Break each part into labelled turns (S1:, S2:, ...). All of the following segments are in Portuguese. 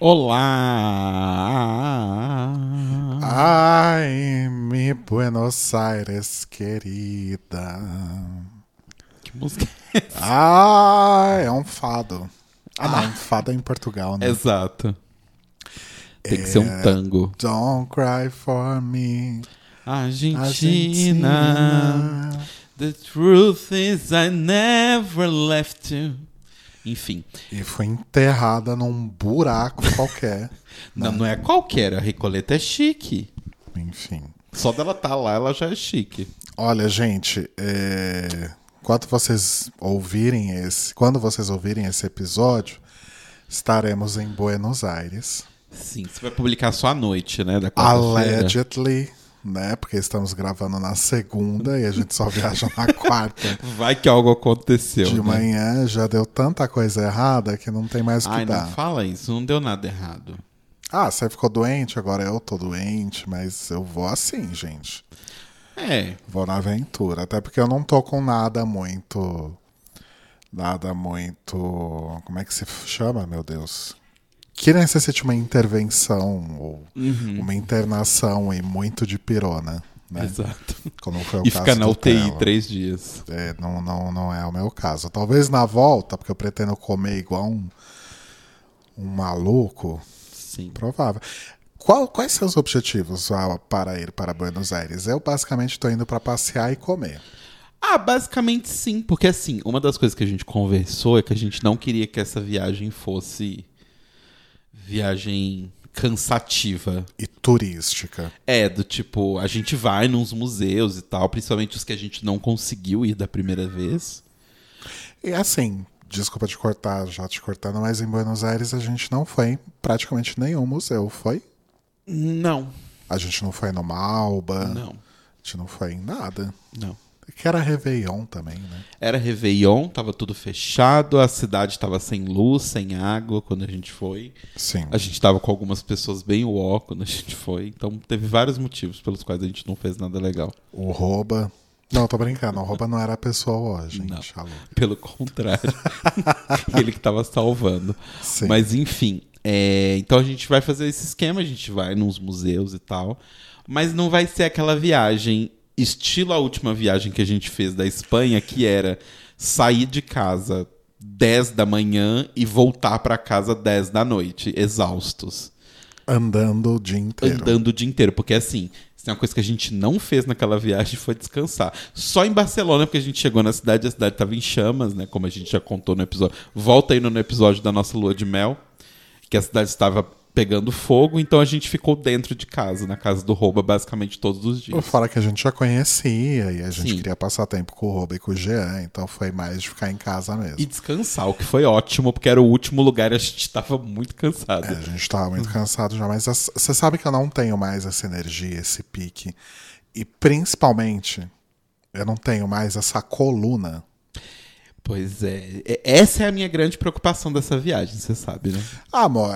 S1: Olá!
S2: Ai, mi Buenos Aires, querida.
S1: Que música é essa?
S2: É um fado. Não, um fado é em Portugal, né?
S1: Exato. Tem que ser um tango.
S2: Don't cry for me,
S1: Argentina.
S2: Argentina.
S1: The truth is I never left you. Enfim.
S2: E foi enterrada num buraco qualquer.
S1: Não é qualquer. A Recoleta é chique.
S2: Enfim.
S1: Só dela tá lá, ela já é chique.
S2: Olha, gente, quando vocês ouvirem esse episódio, estaremos em Buenos Aires.
S1: Sim, você vai publicar só à noite, né? Da quarta-feira.
S2: Allegedly, né? Porque estamos gravando na segunda e a gente só viaja na quarta.
S1: Vai que algo aconteceu.
S2: De
S1: né?
S2: manhã já deu tanta coisa errada que não tem mais o que
S1: Ai,
S2: dar.
S1: não fala isso, não deu nada errado.
S2: Você ficou doente, agora eu tô doente, mas eu vou assim, gente. Vou na aventura. Até porque eu não tô com nada muito. Como é que se chama, meu Deus? Que necessite uma intervenção ou uma internação e muito de pirona, né?
S1: Exato.
S2: Como foi o
S1: E
S2: caso
S1: ficar na
S2: do
S1: UTI
S2: Theo.
S1: 3 dias.
S2: Não é o meu caso. Talvez na volta, porque eu pretendo comer igual um maluco.
S1: Sim.
S2: Provável. Quais são os objetivos para ir para Buenos Aires? Eu basicamente estou indo para passear e comer.
S1: Basicamente sim, porque assim, uma das coisas que a gente conversou é que a gente não queria que essa viagem fosse viagem cansativa.
S2: E turística.
S1: Do tipo, a gente vai nos museus e tal, principalmente os que a gente não conseguiu ir da primeira vez.
S2: E assim, desculpa te cortando, mas em Buenos Aires a gente não foi em praticamente nenhum museu, foi?
S1: Não.
S2: A gente não foi no Malba.
S1: Não.
S2: A gente não foi em nada.
S1: Não.
S2: Que era Réveillon também, né?
S1: Era Réveillon, tava tudo fechado, a cidade tava sem luz, sem água quando a gente foi.
S2: Sim.
S1: A gente tava com algumas pessoas bem uó quando a gente foi. Então teve vários motivos pelos quais a gente não fez nada legal.
S2: O Rouba. Não, tô brincando. O Rouba não era a pessoa ó, gente.
S1: Não.
S2: Alô.
S1: Pelo contrário. Ele que tava salvando.
S2: Sim.
S1: Mas enfim. Então a gente vai fazer esse esquema, a gente vai nos museus e tal. Mas não vai ser aquela viagem estilo a última viagem que a gente fez da Espanha, que era sair de casa 10 da manhã e voltar para casa 10 da noite, exaustos.
S2: Andando o dia inteiro.
S1: Porque assim, se tem uma coisa que a gente não fez naquela viagem foi descansar. Só em Barcelona, porque a gente chegou na cidade e a cidade estava em chamas, né? Como a gente já contou no episódio. Volta aí no episódio da nossa lua de mel, que a cidade estava pegando fogo, então a gente ficou dentro de casa, na casa do Rouba, basicamente todos os dias.
S2: Fora que a gente já conhecia e a gente
S1: Sim.
S2: queria passar tempo com o Rouba e com o Jean, então foi mais de ficar em casa mesmo.
S1: E descansar, o que foi ótimo, porque era o último lugar e a gente estava muito cansado.
S2: A gente tava muito cansado já, mas você sabe que eu não tenho mais essa energia, esse pique. E principalmente, eu não tenho mais essa coluna.
S1: Pois é. Essa é a minha grande preocupação dessa viagem, você sabe, né?
S2: Amor,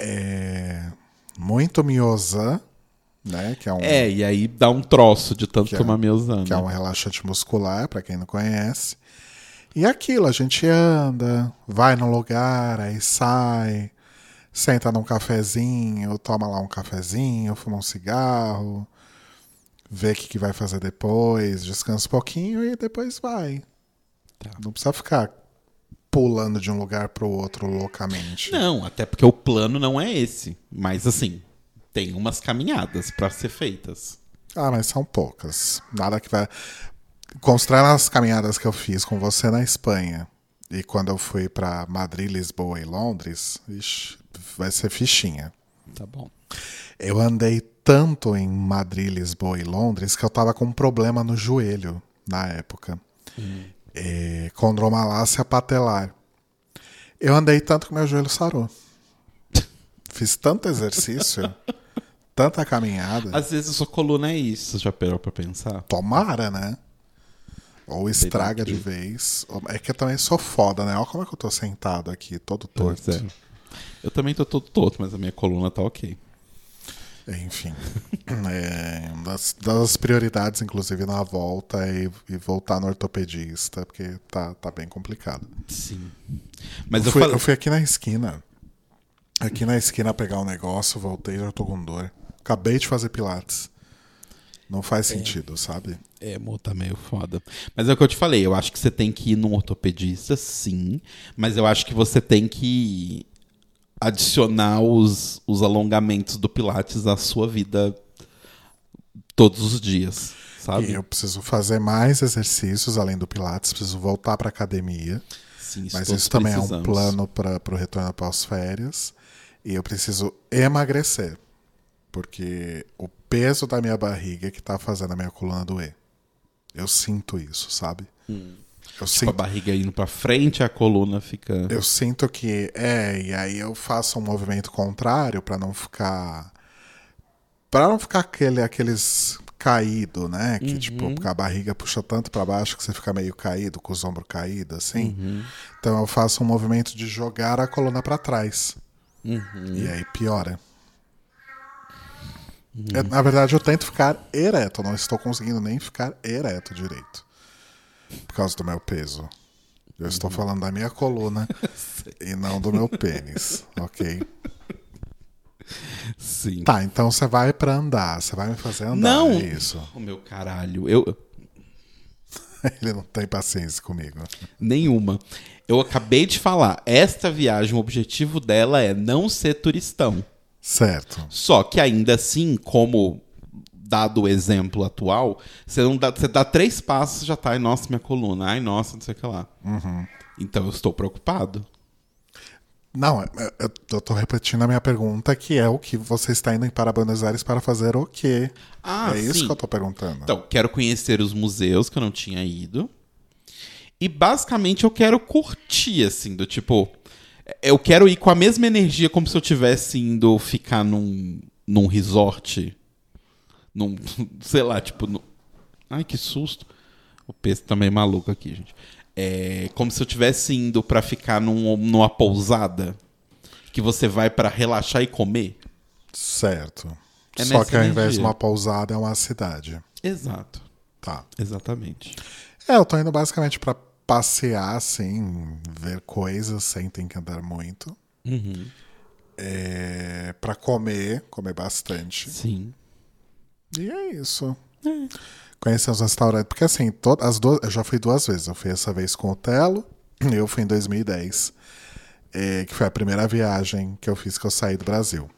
S2: é muito miozã, né? Que é um,
S1: E aí dá um troço de tanto tomar miozana.
S2: que é um relaxante muscular, pra quem não conhece. E aquilo, a gente anda, vai num lugar, aí sai, senta num cafezinho, toma lá um cafezinho, fuma um cigarro, vê o que vai fazer depois, descansa um pouquinho e depois vai.
S1: Tá.
S2: Não precisa ficar pulando de um lugar pro outro loucamente.
S1: Não, até porque o plano não é esse. Mas assim, tem umas caminhadas pra ser feitas.
S2: Mas são poucas. Nada que vai... Considerando as caminhadas que eu fiz com você na Espanha e quando eu fui pra Madrid, Lisboa e Londres, vai ser fichinha.
S1: Tá bom.
S2: Eu andei tanto em Madrid, Lisboa e Londres que eu tava com um problema no joelho na época. Condromalácia patelar. Eu andei tanto que meu joelho sarou. Fiz tanto exercício, tanta caminhada.
S1: Às vezes a sua coluna é isso, você já parou pra pensar?
S2: Tomara, né? Ou estraga de vez. É que eu também sou foda, né? Olha como é que eu tô sentado aqui, todo torto.
S1: Pois é. Eu também tô todo torto, mas a minha coluna tá ok.
S2: Enfim. Das prioridades, inclusive, na volta e voltar no ortopedista, porque tá bem complicado.
S1: Sim. Mas
S2: eu fui aqui na esquina. Aqui na esquina pegar um negócio, voltei e já tô com dor. Acabei de fazer pilates. Não faz sentido, sabe?
S1: É, amor, tá meio foda. Mas é o que eu te falei, eu acho que você tem que ir num ortopedista, sim. Mas eu acho que você tem que adicionar os alongamentos do Pilates à sua vida todos os dias, sabe?
S2: E eu preciso fazer mais exercícios além do pilates, preciso voltar pra academia.
S1: Sim,
S2: Mas
S1: todos
S2: isso também é um
S1: precisamos.
S2: plano para o retorno pós-férias. E eu preciso emagrecer. Porque o peso da minha barriga é que tá fazendo a minha coluna doer. Eu sinto isso, sabe? Eu
S1: Tipo, a
S2: sinto,
S1: barriga indo pra frente, a coluna fica...
S2: eu sinto que e aí eu faço um movimento contrário para não ficar aqueles caído, né? Que tipo, porque a barriga puxa tanto para baixo que você fica meio caído, com os ombros caídos, assim. Então eu faço um movimento de jogar a coluna para trás. E aí piora. Na verdade, eu tento ficar ereto. Eu não estou conseguindo nem ficar ereto direito. Por causa do meu peso. Eu estou falando da minha coluna e não do meu pênis, ok?
S1: Sim.
S2: Tá, então você vai pra andar. Você vai me fazer andar,
S1: Não!
S2: é isso.
S1: Oh, meu caralho.
S2: Ele não tem paciência comigo.
S1: Nenhuma. Eu acabei de falar, esta viagem, o objetivo dela é não ser turistão.
S2: Certo.
S1: Só que ainda assim, como dado o exemplo atual, você dá 3 passos, já tá, ai, nossa, minha coluna, ai, nossa, não sei o que lá. Então eu estou preocupado.
S2: Não, eu tô repetindo a minha pergunta, que é o que você está indo para Buenos Aires para fazer o quê?
S1: Ah,
S2: é isso
S1: sim.
S2: que eu tô perguntando.
S1: Então, quero conhecer os museus que eu não tinha ido. E basicamente eu quero curtir, assim, do tipo... Eu quero ir com a mesma energia como se eu tivesse indo ficar num resort. Sei lá, tipo... Ai, que susto. O peso tá meio maluco aqui, gente. Como se eu tivesse indo pra ficar numa pousada. Que você vai pra relaxar e comer.
S2: Certo.
S1: É
S2: Só
S1: nessa
S2: que ao invés de
S1: energia.
S2: uma pousada, é uma cidade.
S1: Exato.
S2: Tá.
S1: Exatamente.
S2: Eu tô indo basicamente pra passear, assim, ver coisas sem ter que andar muito. Pra comer bastante.
S1: Sim.
S2: E é isso. Conhecer os restaurantes. Porque assim, eu já fui 2 vezes. Eu fui essa vez com o Telo, e eu fui em 2010. Que foi a primeira viagem que eu fiz que eu saí do Brasil.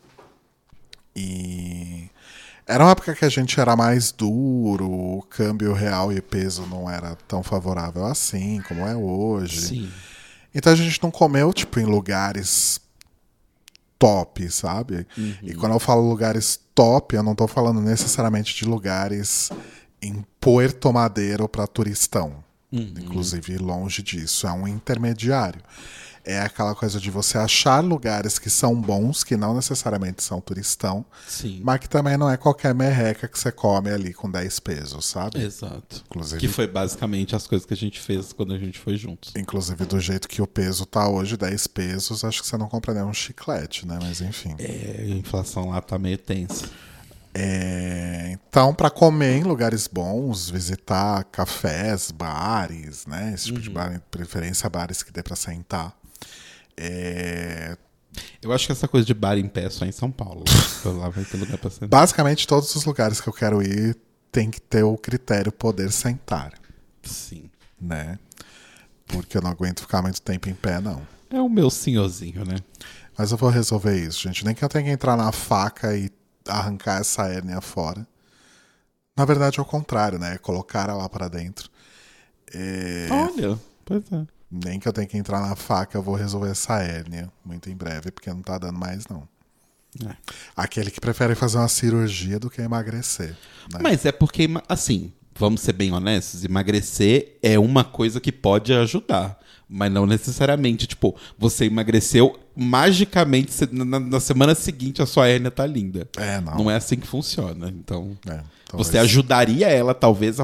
S2: E era uma época que a gente era mais duro, o câmbio real e peso não era tão favorável assim como é hoje.
S1: Sim.
S2: Então a gente não comeu, tipo, em lugares top, sabe? E quando eu falo lugares top, eu não tô falando necessariamente de lugares em Puerto Madeiro para turistão. Inclusive, longe disso. É um intermediário. É aquela coisa de você achar lugares que são bons, que não necessariamente são turistão,
S1: Sim.
S2: mas que também não é qualquer merreca que você come ali com 10 pesos, sabe?
S1: Exato.
S2: Inclusive,
S1: Que foi basicamente as coisas que a gente fez quando a gente foi juntos.
S2: inclusive do jeito que o peso tá hoje, 10 pesos, acho que você não compra nem um chiclete, né? Mas enfim.
S1: A inflação lá tá meio tensa.
S2: Então, para comer em lugares bons, visitar cafés, bares, né? Esse tipo de bar, preferência bares que dê para sentar.
S1: Eu acho que essa coisa de bar em pé é só em São Paulo. Lá vai ter lugar pra sentar.
S2: Basicamente, todos os lugares que eu quero ir tem que ter o critério poder sentar,
S1: Sim.
S2: né? Porque eu não aguento ficar muito tempo em pé, não.
S1: É o meu senhorzinho, né?
S2: Mas eu vou resolver isso, gente. Nem que eu tenha que entrar na faca e arrancar essa hérnia fora. Na verdade, é o contrário, né? Colocar ela para dentro.
S1: Olha, pois é.
S2: Nem que eu tenha que entrar na faca, eu vou resolver essa hérnia muito em breve, porque não tá dando mais, não. Aquele que prefere fazer uma cirurgia do que emagrecer. Né?
S1: Mas é porque, assim, vamos ser bem honestos, emagrecer é uma coisa que pode ajudar. Mas não necessariamente, tipo, você emagreceu, magicamente, na semana seguinte a sua hérnia tá linda.
S2: Não.
S1: Não é assim que funciona. Então, você
S2: talvez.
S1: ajudaria ela, talvez,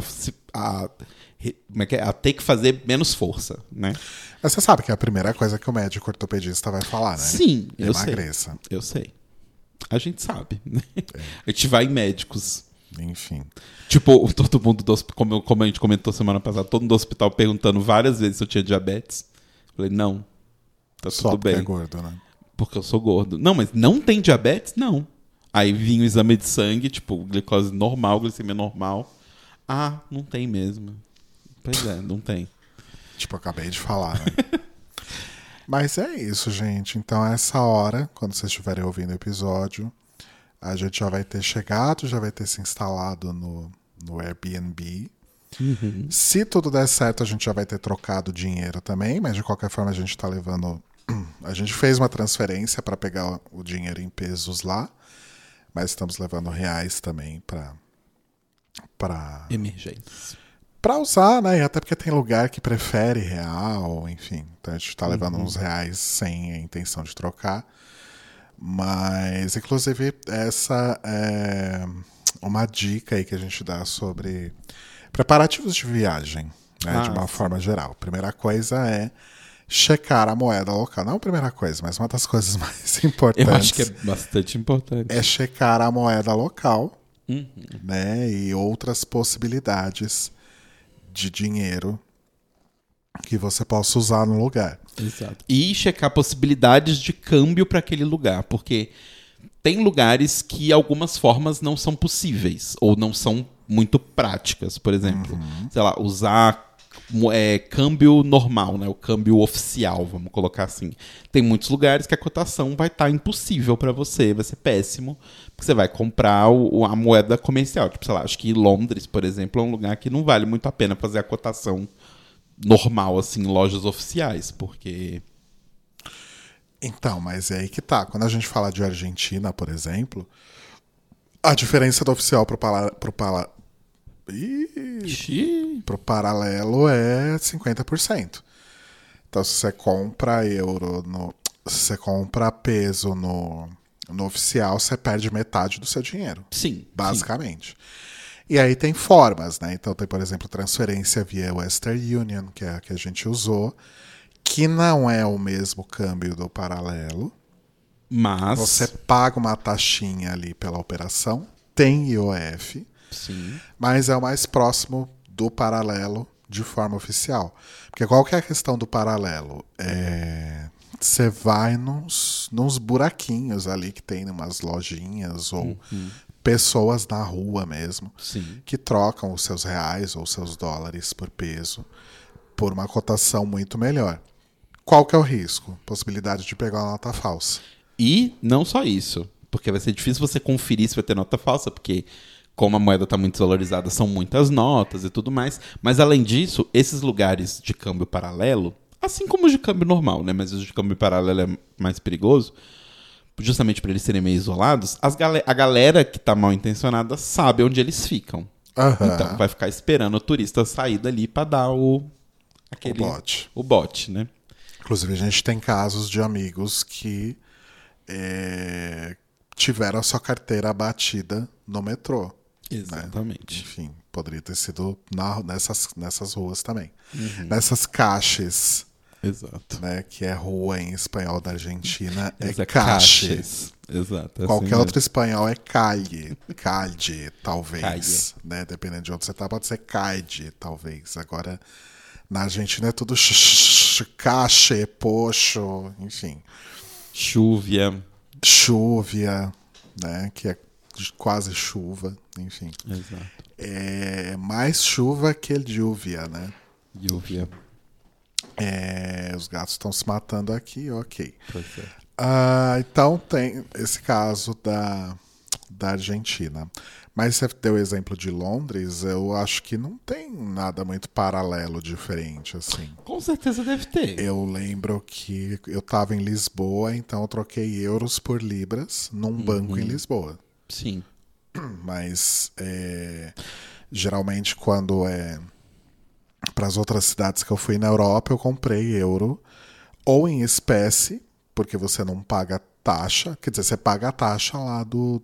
S1: a ter que fazer menos força, né?
S2: Mas você sabe que é a primeira coisa que o médico ortopedista vai falar, né?
S1: Sim, eu
S2: Emagreça.
S1: sei. Eu sei. A gente sabe. Né? A gente vai em médicos.
S2: Enfim.
S1: Tipo, todo mundo do hospital, como a gente comentou semana passada, todo mundo do hospital perguntando várias vezes se eu tinha diabetes. Falei, não. Tá
S2: Só
S1: tudo
S2: porque
S1: bem.
S2: é gordo, né?
S1: Porque eu sou gordo. Não, mas não tem diabetes? Não. Aí vinha o exame de sangue, tipo, glicose normal, glicemia normal. Ah, não tem mesmo. Pois é, não tem.
S2: Tipo, eu acabei de falar, né? Mas é isso, gente. Então, essa hora, quando vocês estiverem ouvindo o episódio, a gente já vai ter chegado, já vai ter se instalado no Airbnb. Se tudo der certo, a gente já vai ter trocado dinheiro também, mas de qualquer forma a gente tá levando. A gente fez uma transferência para pegar o dinheiro em pesos lá, mas estamos levando reais também para
S1: Emergência.
S2: para usar, né? E até porque tem lugar que prefere real, enfim. Então a gente tá levando uns reais sem a intenção de trocar. Mas, inclusive, essa é uma dica aí que a gente dá sobre preparativos de viagem, né? De uma forma geral. Primeira coisa é checar a moeda local. Não a primeira coisa, mas uma das coisas mais importantes.
S1: Eu acho que é bastante importante.
S2: É checar a moeda local, né? E outras possibilidades de dinheiro que você possa usar no lugar.
S1: Exato. E checar possibilidades de câmbio para aquele lugar, porque tem lugares que algumas formas não são possíveis ou não são muito práticas. Por exemplo, sei lá, usar câmbio normal, né? O câmbio oficial, vamos colocar assim. Tem muitos lugares que a cotação vai estar impossível para você, vai ser péssimo, porque você vai comprar a moeda comercial. Tipo, sei lá, acho que Londres, por exemplo, é um lugar que não vale muito a pena fazer a cotação normal, assim, em lojas oficiais, porque...
S2: Então, mas é aí que tá. Quando a gente fala de Argentina, por exemplo, a diferença do oficial pro paralelo é 50%. Então, se você compra se você compra peso no oficial, você perde metade do seu dinheiro.
S1: Sim.
S2: Basicamente. Sim. E aí tem formas, né? Então tem, por exemplo, transferência via Western Union, que é a que a gente usou, que não é o mesmo câmbio do paralelo.
S1: Mas
S2: você paga uma taxinha ali pela operação, tem IOF,
S1: sim,
S2: mas é o mais próximo do paralelo de forma oficial. Porque qual que é a questão do paralelo? Você vai nos buraquinhos ali que tem umas lojinhas ou pessoas na rua mesmo,
S1: sim,
S2: que trocam os seus reais ou seus dólares por peso por uma cotação muito melhor. Qual que é o risco? Possibilidade de pegar uma nota falsa.
S1: E não só isso, porque vai ser difícil você conferir se vai ter nota falsa, porque como a moeda está muito desvalorizada, são muitas notas e tudo mais. Mas além disso, esses lugares de câmbio paralelo, assim como os de câmbio normal, né? Mas os de câmbio paralelo é mais perigoso, justamente por eles serem meio isolados, a galera que tá mal intencionada sabe onde eles ficam. Então vai ficar esperando o turista sair dali para dar o bote, né?
S2: Inclusive a gente tem casos de amigos que tiveram a sua carteira abatida no metrô.
S1: Exatamente.
S2: Né? Enfim, poderia ter sido nessas ruas também. Nessas caixas.
S1: Exato.
S2: Né, que é rua em espanhol da Argentina,
S1: caixas. Exato.
S2: Qualquer outro espanhol é calle, talvez. Né, dependendo de onde você tá, pode ser calle, talvez. Agora, na Argentina é tudo caixa, poxo, enfim.
S1: Chúvia,
S2: né, que é quase chuva, enfim.
S1: Exato.
S2: É mais chuva que lluvia, né?
S1: Lluvia.
S2: Os gatos estão se matando aqui, ok.
S1: É.
S2: Então tem esse caso da Argentina. Mas você deu o exemplo de Londres, eu acho que não tem nada muito paralelo diferente, assim.
S1: Com certeza deve ter.
S2: Eu lembro que eu estava em Lisboa, então eu troquei euros por libras num banco em Lisboa.
S1: Sim.
S2: Mas geralmente quando para as outras cidades que eu fui na Europa, eu comprei euro ou em espécie, porque você não paga taxa, quer dizer, você paga a taxa lá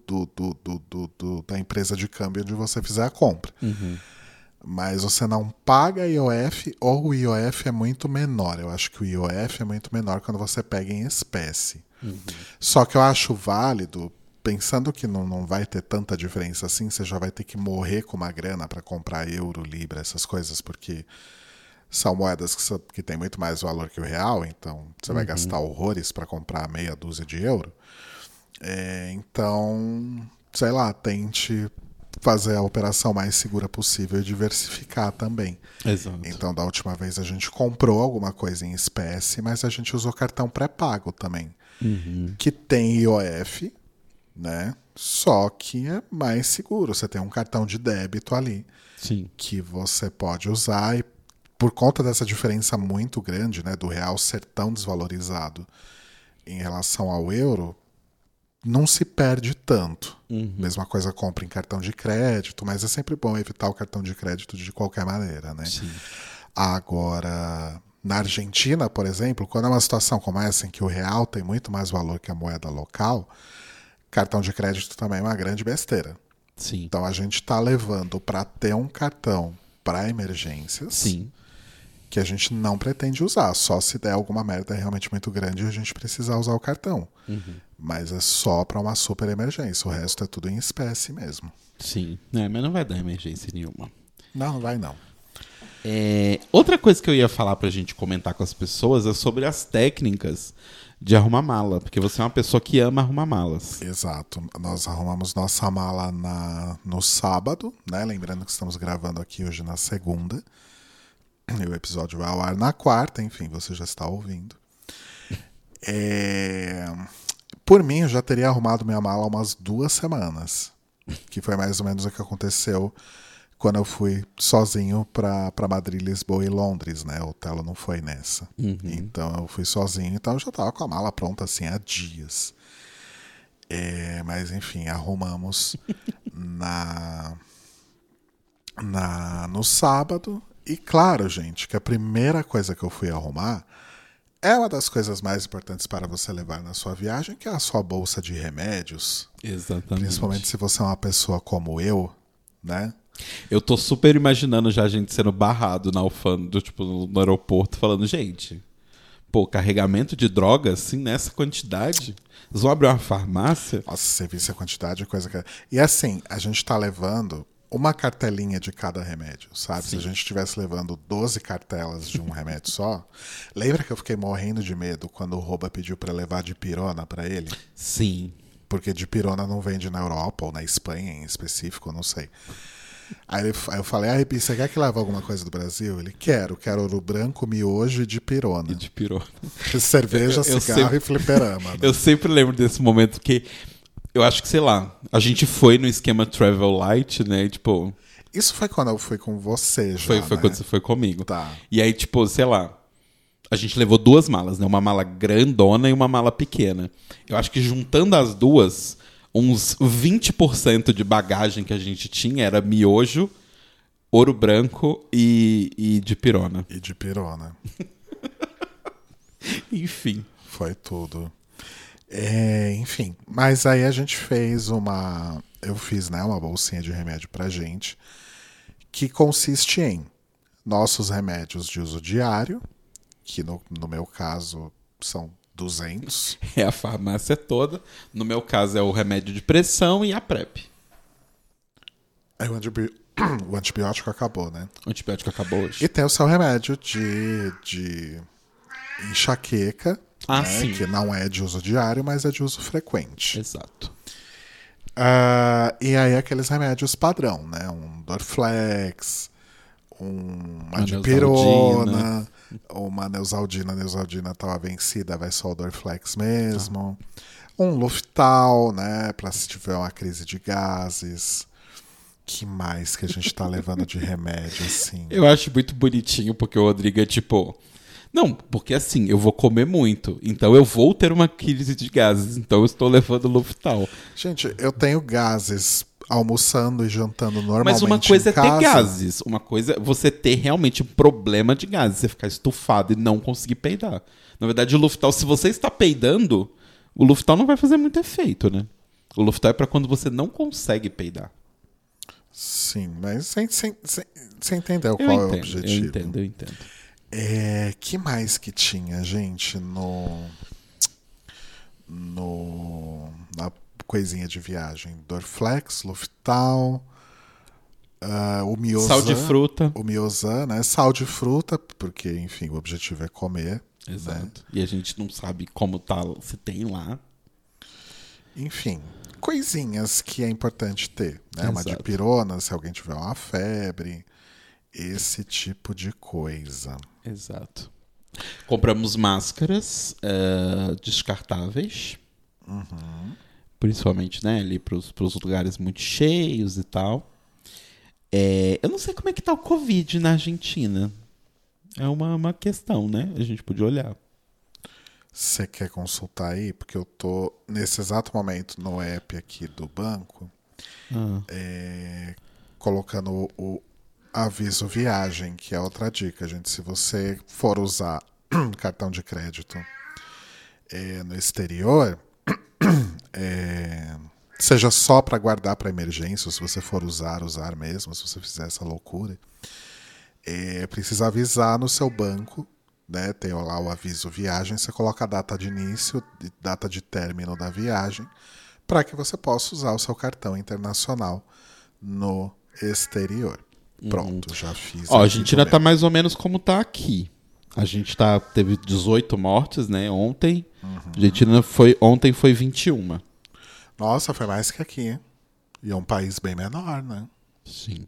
S2: da empresa de câmbio onde você fizer a compra. Mas você não paga IOF ou o IOF é muito menor. Eu acho que o IOF é muito menor quando você pega em espécie. Só que eu acho válido, pensando que não vai ter tanta diferença assim, você já vai ter que morrer com uma grana para comprar euro, libra, essas coisas, porque são moedas que têm muito mais valor que o real, então você vai gastar horrores para comprar meia dúzia de euro. Então, sei lá, tente fazer a operação mais segura possível e diversificar também.
S1: Exato.
S2: Então, da última vez a gente comprou alguma coisa em espécie, mas a gente usou cartão pré-pago também, que tem IOF, né? Só que é mais seguro. Você tem um cartão de débito ali,
S1: Sim.
S2: que você pode usar e por conta dessa diferença muito grande, né, do real ser tão desvalorizado em relação ao euro, não se perde tanto. Mesma coisa compra em cartão de crédito, mas é sempre bom evitar o cartão de crédito de qualquer maneira, né?
S1: Sim.
S2: Agora, na Argentina, por exemplo, quando é uma situação como essa em que o real tem muito mais valor que a moeda local, cartão de crédito também é uma grande besteira.
S1: Sim.
S2: Então a gente está levando para ter um cartão para emergências.
S1: Sim.
S2: Que a gente não pretende usar. Só se der alguma merda realmente muito grande e a gente precisar usar o cartão. Mas é só para uma super emergência. O resto é tudo em espécie mesmo.
S1: Sim. Mas não vai dar emergência nenhuma.
S2: Não vai não.
S1: Outra coisa que eu ia falar pra gente comentar com as pessoas é sobre as técnicas de arrumar mala. Porque você é uma pessoa que ama arrumar malas.
S2: Exato. Nós arrumamos nossa mala no sábado, né? Lembrando que estamos gravando aqui hoje na segunda. E o episódio vai ao ar na quarta, enfim, você já está ouvindo. Por mim, eu já teria arrumado minha mala há umas 2 semanas. Que foi mais ou menos o que aconteceu quando eu fui sozinho para Madrid, Lisboa e Londres, né? O Telo não foi nessa. Então eu fui sozinho, então eu já estava com a mala pronta assim há dias. Mas enfim, arrumamos no sábado. E claro, gente, que a primeira coisa que eu fui arrumar é uma das coisas mais importantes para você levar na sua viagem, que é a sua bolsa de remédios.
S1: Exatamente.
S2: Principalmente se você é uma pessoa como eu, né?
S1: Eu tô super imaginando já a gente sendo barrado na alfândega, tipo, no aeroporto, falando, gente, pô, carregamento de drogas, assim, nessa quantidade? Eles vão abrir uma farmácia?
S2: Nossa, você viu essa quantidade de coisa que... E assim, a gente tá levando uma cartelinha de cada remédio, sabe?
S1: Sim.
S2: Se a gente estivesse levando 12 cartelas de um remédio só... Lembra que eu fiquei morrendo de medo quando o Roba pediu pra levar dipirona pra ele?
S1: Sim.
S2: Porque dipirona não vende na Europa ou na Espanha em específico, eu não sei. Aí eu falei, Ripi, você quer que leve alguma coisa do Brasil? Ele, quero ouro branco, miojo e dipirona.
S1: E de pirona.
S2: Cerveja, cigarro e fliperama. Né?
S1: Eu sempre lembro desse momento que eu acho que, sei lá, a gente foi no esquema Travel Light, né? E, tipo...
S2: Isso foi quando eu fui com você já,
S1: Foi
S2: né?
S1: quando você foi comigo.
S2: Tá.
S1: E aí, tipo, sei lá, a gente levou 2 malas, né? Uma mala grandona e uma mala pequena. Eu acho que juntando as duas, uns 20% de bagagem que a gente tinha era miojo, ouro branco e dipirona.
S2: E dipirona.
S1: Enfim.
S2: Foi tudo. Enfim, mas aí a gente fez eu fiz, né, uma bolsinha de remédio pra gente, que consiste em nossos remédios de uso diário, que no meu caso são 200.
S1: É a farmácia toda. No meu caso é o remédio de pressão e a PrEP.
S2: Aí o antibiótico acabou, né?
S1: O antibiótico acabou hoje.
S2: E tem o seu remédio de enxaqueca, né,
S1: sim.
S2: que não é de uso diário, mas é de uso frequente.
S1: Exato.
S2: E aí aqueles remédios padrão, né? Um Dorflex, uma dipirona, uma Neosaldina. A Neosaldina estava vencida, vai só o Dorflex mesmo. Um Luftal, né? Para se tiver uma crise de gases. Que mais que a gente tá levando de remédio, assim?
S1: Eu acho muito bonitinho, porque o Rodrigo é tipo... Não, porque assim, eu vou comer muito, então eu vou ter uma crise de gases, então eu estou levando Luftal.
S2: Gente, eu tenho gases almoçando e jantando normalmente.
S1: Mas uma coisa
S2: em
S1: é ter
S2: casa.
S1: gases, uma coisa é você ter realmente um problema de gases, você ficar estufado e não conseguir peidar. Na verdade, o Luftal, se você está peidando, o Luftal não vai fazer muito efeito, né? O Luftal é para quando você não consegue peidar.
S2: Sim, mas você entendeu qual é o objetivo.
S1: Eu entendo.
S2: Que mais que tinha, gente, na coisinha de viagem? Dorflex, Luftal, O miosan,
S1: Sal de fruta.
S2: O miosan, né? Sal de fruta, porque, enfim, o objetivo é comer.
S1: Exato.
S2: Né?
S1: E a gente não sabe como tá, se tem lá.
S2: Enfim, coisinhas que é importante ter. Né? Uma
S1: Exato.
S2: dipirona, se alguém tiver uma febre. Esse tipo de coisa.
S1: Exato. Compramos máscaras descartáveis. Principalmente, né, ali pros lugares muito cheios e tal. Eu não sei como é que tá o Covid na Argentina. É uma questão, né? A gente podia olhar.
S2: Você quer consultar aí? Porque eu tô, nesse exato momento, no app aqui do banco, colocando o aviso viagem, que é outra dica, gente. Se você for usar cartão de crédito no exterior, seja só para guardar para emergência, ou se você for usar mesmo, se você fizer essa loucura, precisa avisar no seu banco, né? Tem lá o aviso viagem, você coloca a data de início e data de término da viagem, para que você possa usar o seu cartão internacional no exterior. Pronto, já fiz.
S1: Ó, a Argentina tá mais ou menos como tá aqui. A gente teve 18 mortes, né, ontem. A Argentina ontem foi 21.
S2: Nossa, foi mais que aqui, hein? E é um país bem menor, né?
S1: Sim.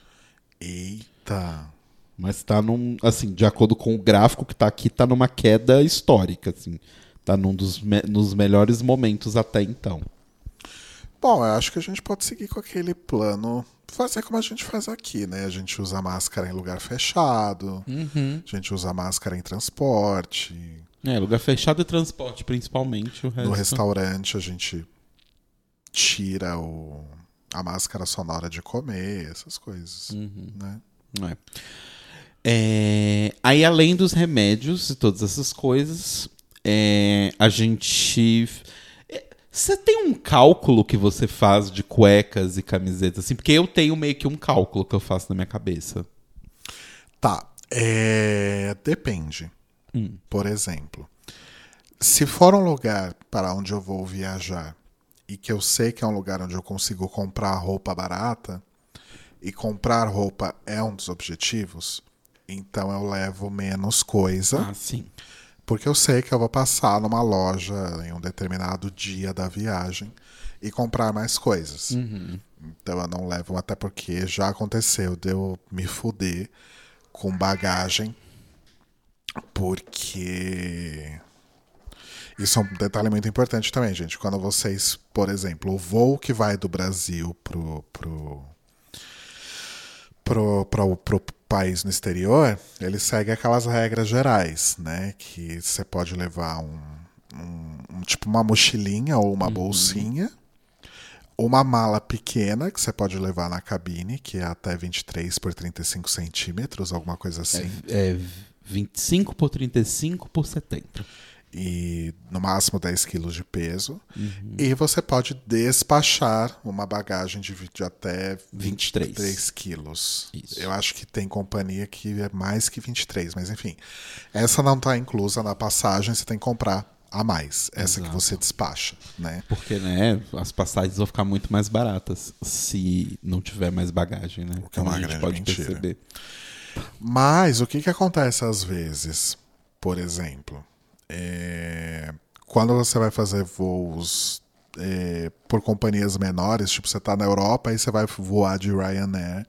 S2: Eita.
S1: Mas tá assim, de acordo com o gráfico que tá aqui, tá numa queda histórica, assim. Tá nos melhores momentos até então.
S2: Bom, eu acho que a gente pode seguir com aquele plano, fazer como a gente faz aqui, né? A gente usa máscara em lugar fechado, a gente usa máscara em transporte.
S1: Lugar fechado e transporte, principalmente. O resto.
S2: No restaurante a gente tira a máscara só na hora de comer, essas coisas, né?
S1: Aí, além dos remédios e todas essas coisas, a gente... Você tem um cálculo que você faz de cuecas e camisetas, assim? Porque eu tenho meio que um cálculo que eu faço na minha cabeça.
S2: Tá. Depende. Por exemplo, se for um lugar para onde eu vou viajar e que eu sei que é um lugar onde eu consigo comprar roupa barata, e comprar roupa é um dos objetivos, então eu levo menos coisa.
S1: Ah, sim.
S2: Porque eu sei que eu vou passar numa loja em um determinado dia da viagem e comprar mais coisas. Então eu não levo, até porque já aconteceu de eu me fuder com bagagem, porque isso é um detalhe muito importante também, gente. Quando vocês, por exemplo, o voo que vai do Brasil pro país no exterior, ele segue aquelas regras gerais, né? Que você pode levar tipo uma mochilinha ou uma bolsinha, uma mala pequena que você pode levar na cabine, que é até 23 por 35 centímetros, alguma coisa assim.
S1: 25 por 35 por 70.
S2: E no máximo 10 quilos de peso. E você pode despachar uma bagagem de até 23 quilos.
S1: Isso.
S2: Eu acho que tem companhia que é mais que 23, mas enfim. Essa não está inclusa na passagem, você tem que comprar a mais. Essa que você despacha, né?
S1: Porque, né, as passagens vão ficar muito mais baratas se não tiver mais bagagem, né?
S2: O que é uma grande
S1: pode
S2: mentira.
S1: perceber.
S2: Mas o que acontece às vezes? Por exemplo... quando você vai fazer voos por companhias menores, tipo, você tá na Europa e você vai voar de Ryanair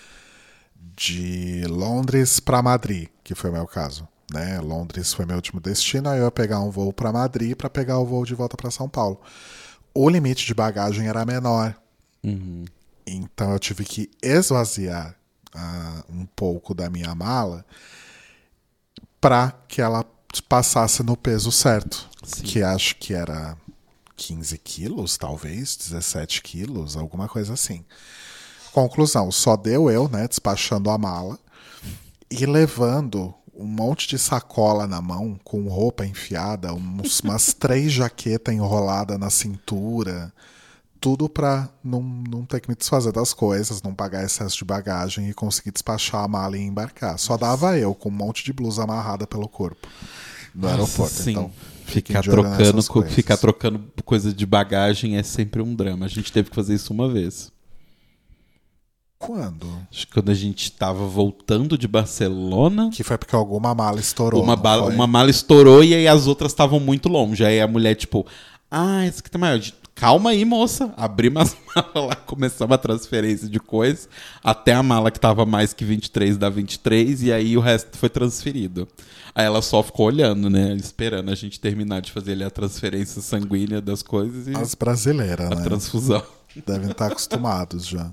S2: de Londres para Madrid, que foi o meu caso, né? Londres foi meu último destino, aí eu ia pegar um voo para Madrid para pegar o voo de volta para São Paulo. O limite de bagagem era menor, então eu tive que esvaziar um pouco da minha mala para que ela passasse no peso certo. Sim. Que acho que era 15 quilos, talvez, 17 quilos, alguma coisa assim. Conclusão, só deu eu, né, despachando a mala e levando um monte de sacola na mão, com roupa enfiada, umas 3 jaquetas enroladas na cintura, tudo pra não ter que me desfazer das coisas, não pagar excesso de bagagem e conseguir despachar a mala e embarcar. Só dava eu com um monte de blusa amarrada pelo corpo no aeroporto.
S1: Sim.
S2: Então,
S1: ficar trocando coisa de bagagem é sempre um drama. A gente teve que fazer isso uma vez.
S2: Quando?
S1: Acho que quando a gente tava voltando de Barcelona,
S2: Que foi porque alguma mala estourou.
S1: uma
S2: não foi?
S1: mala estourou e aí as outras estavam muito longe. Aí a mulher, tipo, essa aqui tá maior. Calma aí, moça. Abrimos as malas lá, começamos a transferência de coisa, até a mala que tava mais que 23 dá 23, e aí o resto foi transferido. Aí ela só ficou olhando, né? Esperando a gente terminar de fazer ali a transferência sanguínea das coisas e
S2: As brasileiras,
S1: a
S2: né?
S1: transfusão.
S2: Devem estar acostumados já.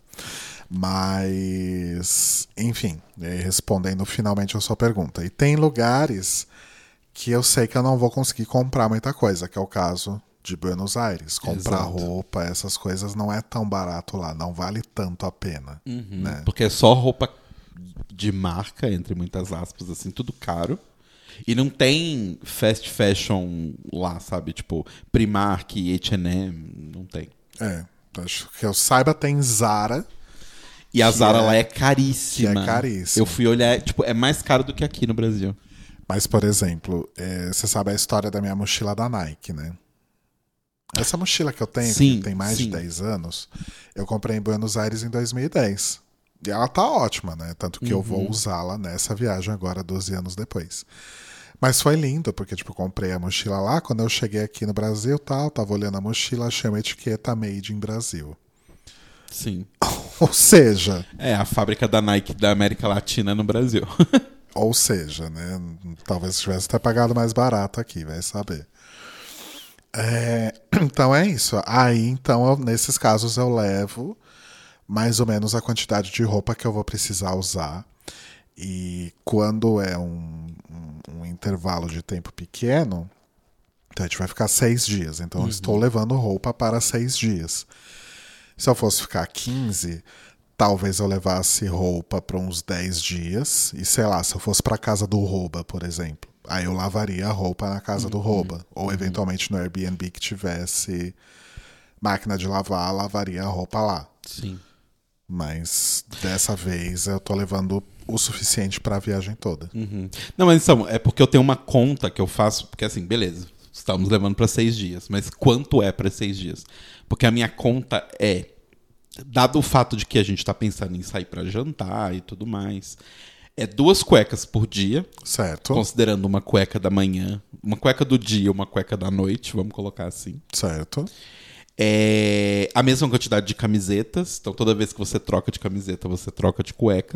S2: Mas, enfim, respondendo finalmente a sua pergunta. E tem lugares que eu sei que eu não vou conseguir comprar muita coisa, que é o caso de Buenos Aires. Comprar
S1: Exato.
S2: roupa, essas coisas não é tão barato lá, não vale tanto a pena. Né?
S1: Porque é só roupa de marca, entre muitas aspas, assim, tudo caro. E não tem fast fashion lá, sabe? Tipo, Primark, H&M, não tem.
S2: Acho que eu saiba, tem Zara.
S1: E a
S2: Que
S1: Zara
S2: é-
S1: lá é caríssima.
S2: que é caríssima.
S1: Eu fui olhar, tipo, é mais caro do que aqui no Brasil.
S2: Mas, por exemplo, você sabe a história da minha mochila da Nike, né? Essa mochila que eu tenho,
S1: Sim,
S2: que tem mais
S1: sim.
S2: de 10 anos, eu comprei em Buenos Aires em 2010. E ela tá ótima, né? Tanto que eu vou usá-la nessa viagem agora, 12 anos depois. Mas foi lindo, porque, tipo, eu comprei a mochila lá, quando eu cheguei aqui no Brasil, tal, tava olhando a mochila, achei uma etiqueta Made in Brasil.
S1: Sim.
S2: Ou seja,
S1: É a fábrica da Nike da América Latina no Brasil.
S2: né? Talvez tivesse até pagado mais barato aqui, vai saber. Então é isso. Aí, então, nesses casos eu levo mais ou menos a quantidade de roupa que eu vou precisar usar. E quando é um intervalo de tempo pequeno, então a gente vai ficar 6 dias. Então eu estou levando roupa para 6 dias. Se eu fosse ficar 15, talvez eu levasse roupa para uns 10 dias. E sei lá, se eu fosse para casa do Rouba, por exemplo, aí eu lavaria a roupa na casa do Rouba. Ou eventualmente no Airbnb que tivesse máquina de lavar, lavaria a roupa lá.
S1: Sim.
S2: Mas dessa vez eu tô levando o suficiente para a viagem toda.
S1: Não, mas então, é porque eu tenho uma conta que eu faço, porque assim, beleza, estamos levando para 6 dias, mas quanto é para 6 dias? Porque a minha conta é, dado o fato de que a gente tá pensando em sair para jantar e tudo mais, é 2 cuecas por dia,
S2: Certo?
S1: considerando uma cueca da manhã, uma cueca do dia, uma cueca da noite, vamos colocar assim.
S2: Certo.
S1: É a mesma quantidade de camisetas. Então, toda vez que você troca de camiseta, você troca de cueca.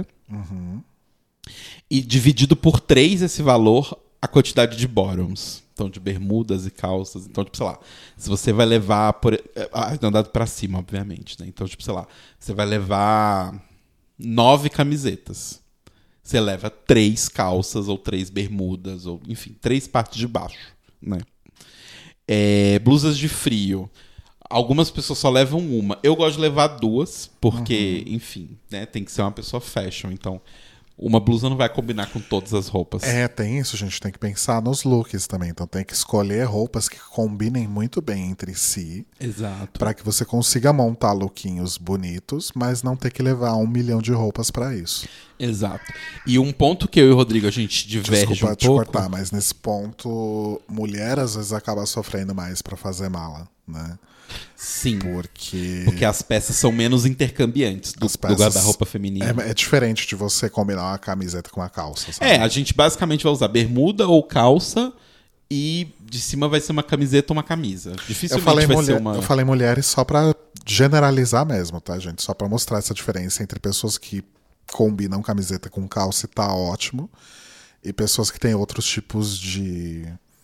S1: E dividido por 3 esse valor, a quantidade de bottoms. Então, de bermudas e calças. Então, tipo, sei lá, se você vai levar... Andado pra cima, obviamente, né? Então, tipo, sei lá, você vai levar 9 camisetas. Você leva 3 calças ou 3 bermudas, ou enfim, 3 partes de baixo, né? Blusas de frio. Algumas pessoas só levam uma. Eu gosto de levar 2, porque, enfim, né, tem que ser uma pessoa fashion. Então, uma blusa não vai combinar com todas as roupas.
S2: Tem isso, a gente tem que pensar nos looks também. Então tem que escolher roupas que combinem muito bem entre si,
S1: Exato.
S2: para que você consiga montar lookinhos bonitos, mas não ter que levar 1 milhão de roupas para isso.
S1: Exato. E um ponto que eu e o Rodrigo a gente diverge
S2: Desculpa
S1: um
S2: te
S1: pouco...
S2: cortar, mas nesse ponto, mulher às vezes acaba sofrendo mais para fazer mala, né?
S1: Sim.
S2: Porque
S1: as peças são menos intercambiantes do guarda-roupa feminino.
S2: É diferente de você combinar uma camiseta com uma calça, sabe?
S1: A gente basicamente vai usar bermuda ou calça e de cima vai ser uma camiseta ou uma camisa. Dificilmente vai ser uma...
S2: Eu falei mulheres só pra generalizar mesmo, tá, gente? Só pra mostrar essa diferença entre pessoas que combinam camiseta com calça e tá ótimo, e pessoas que têm outros tipos de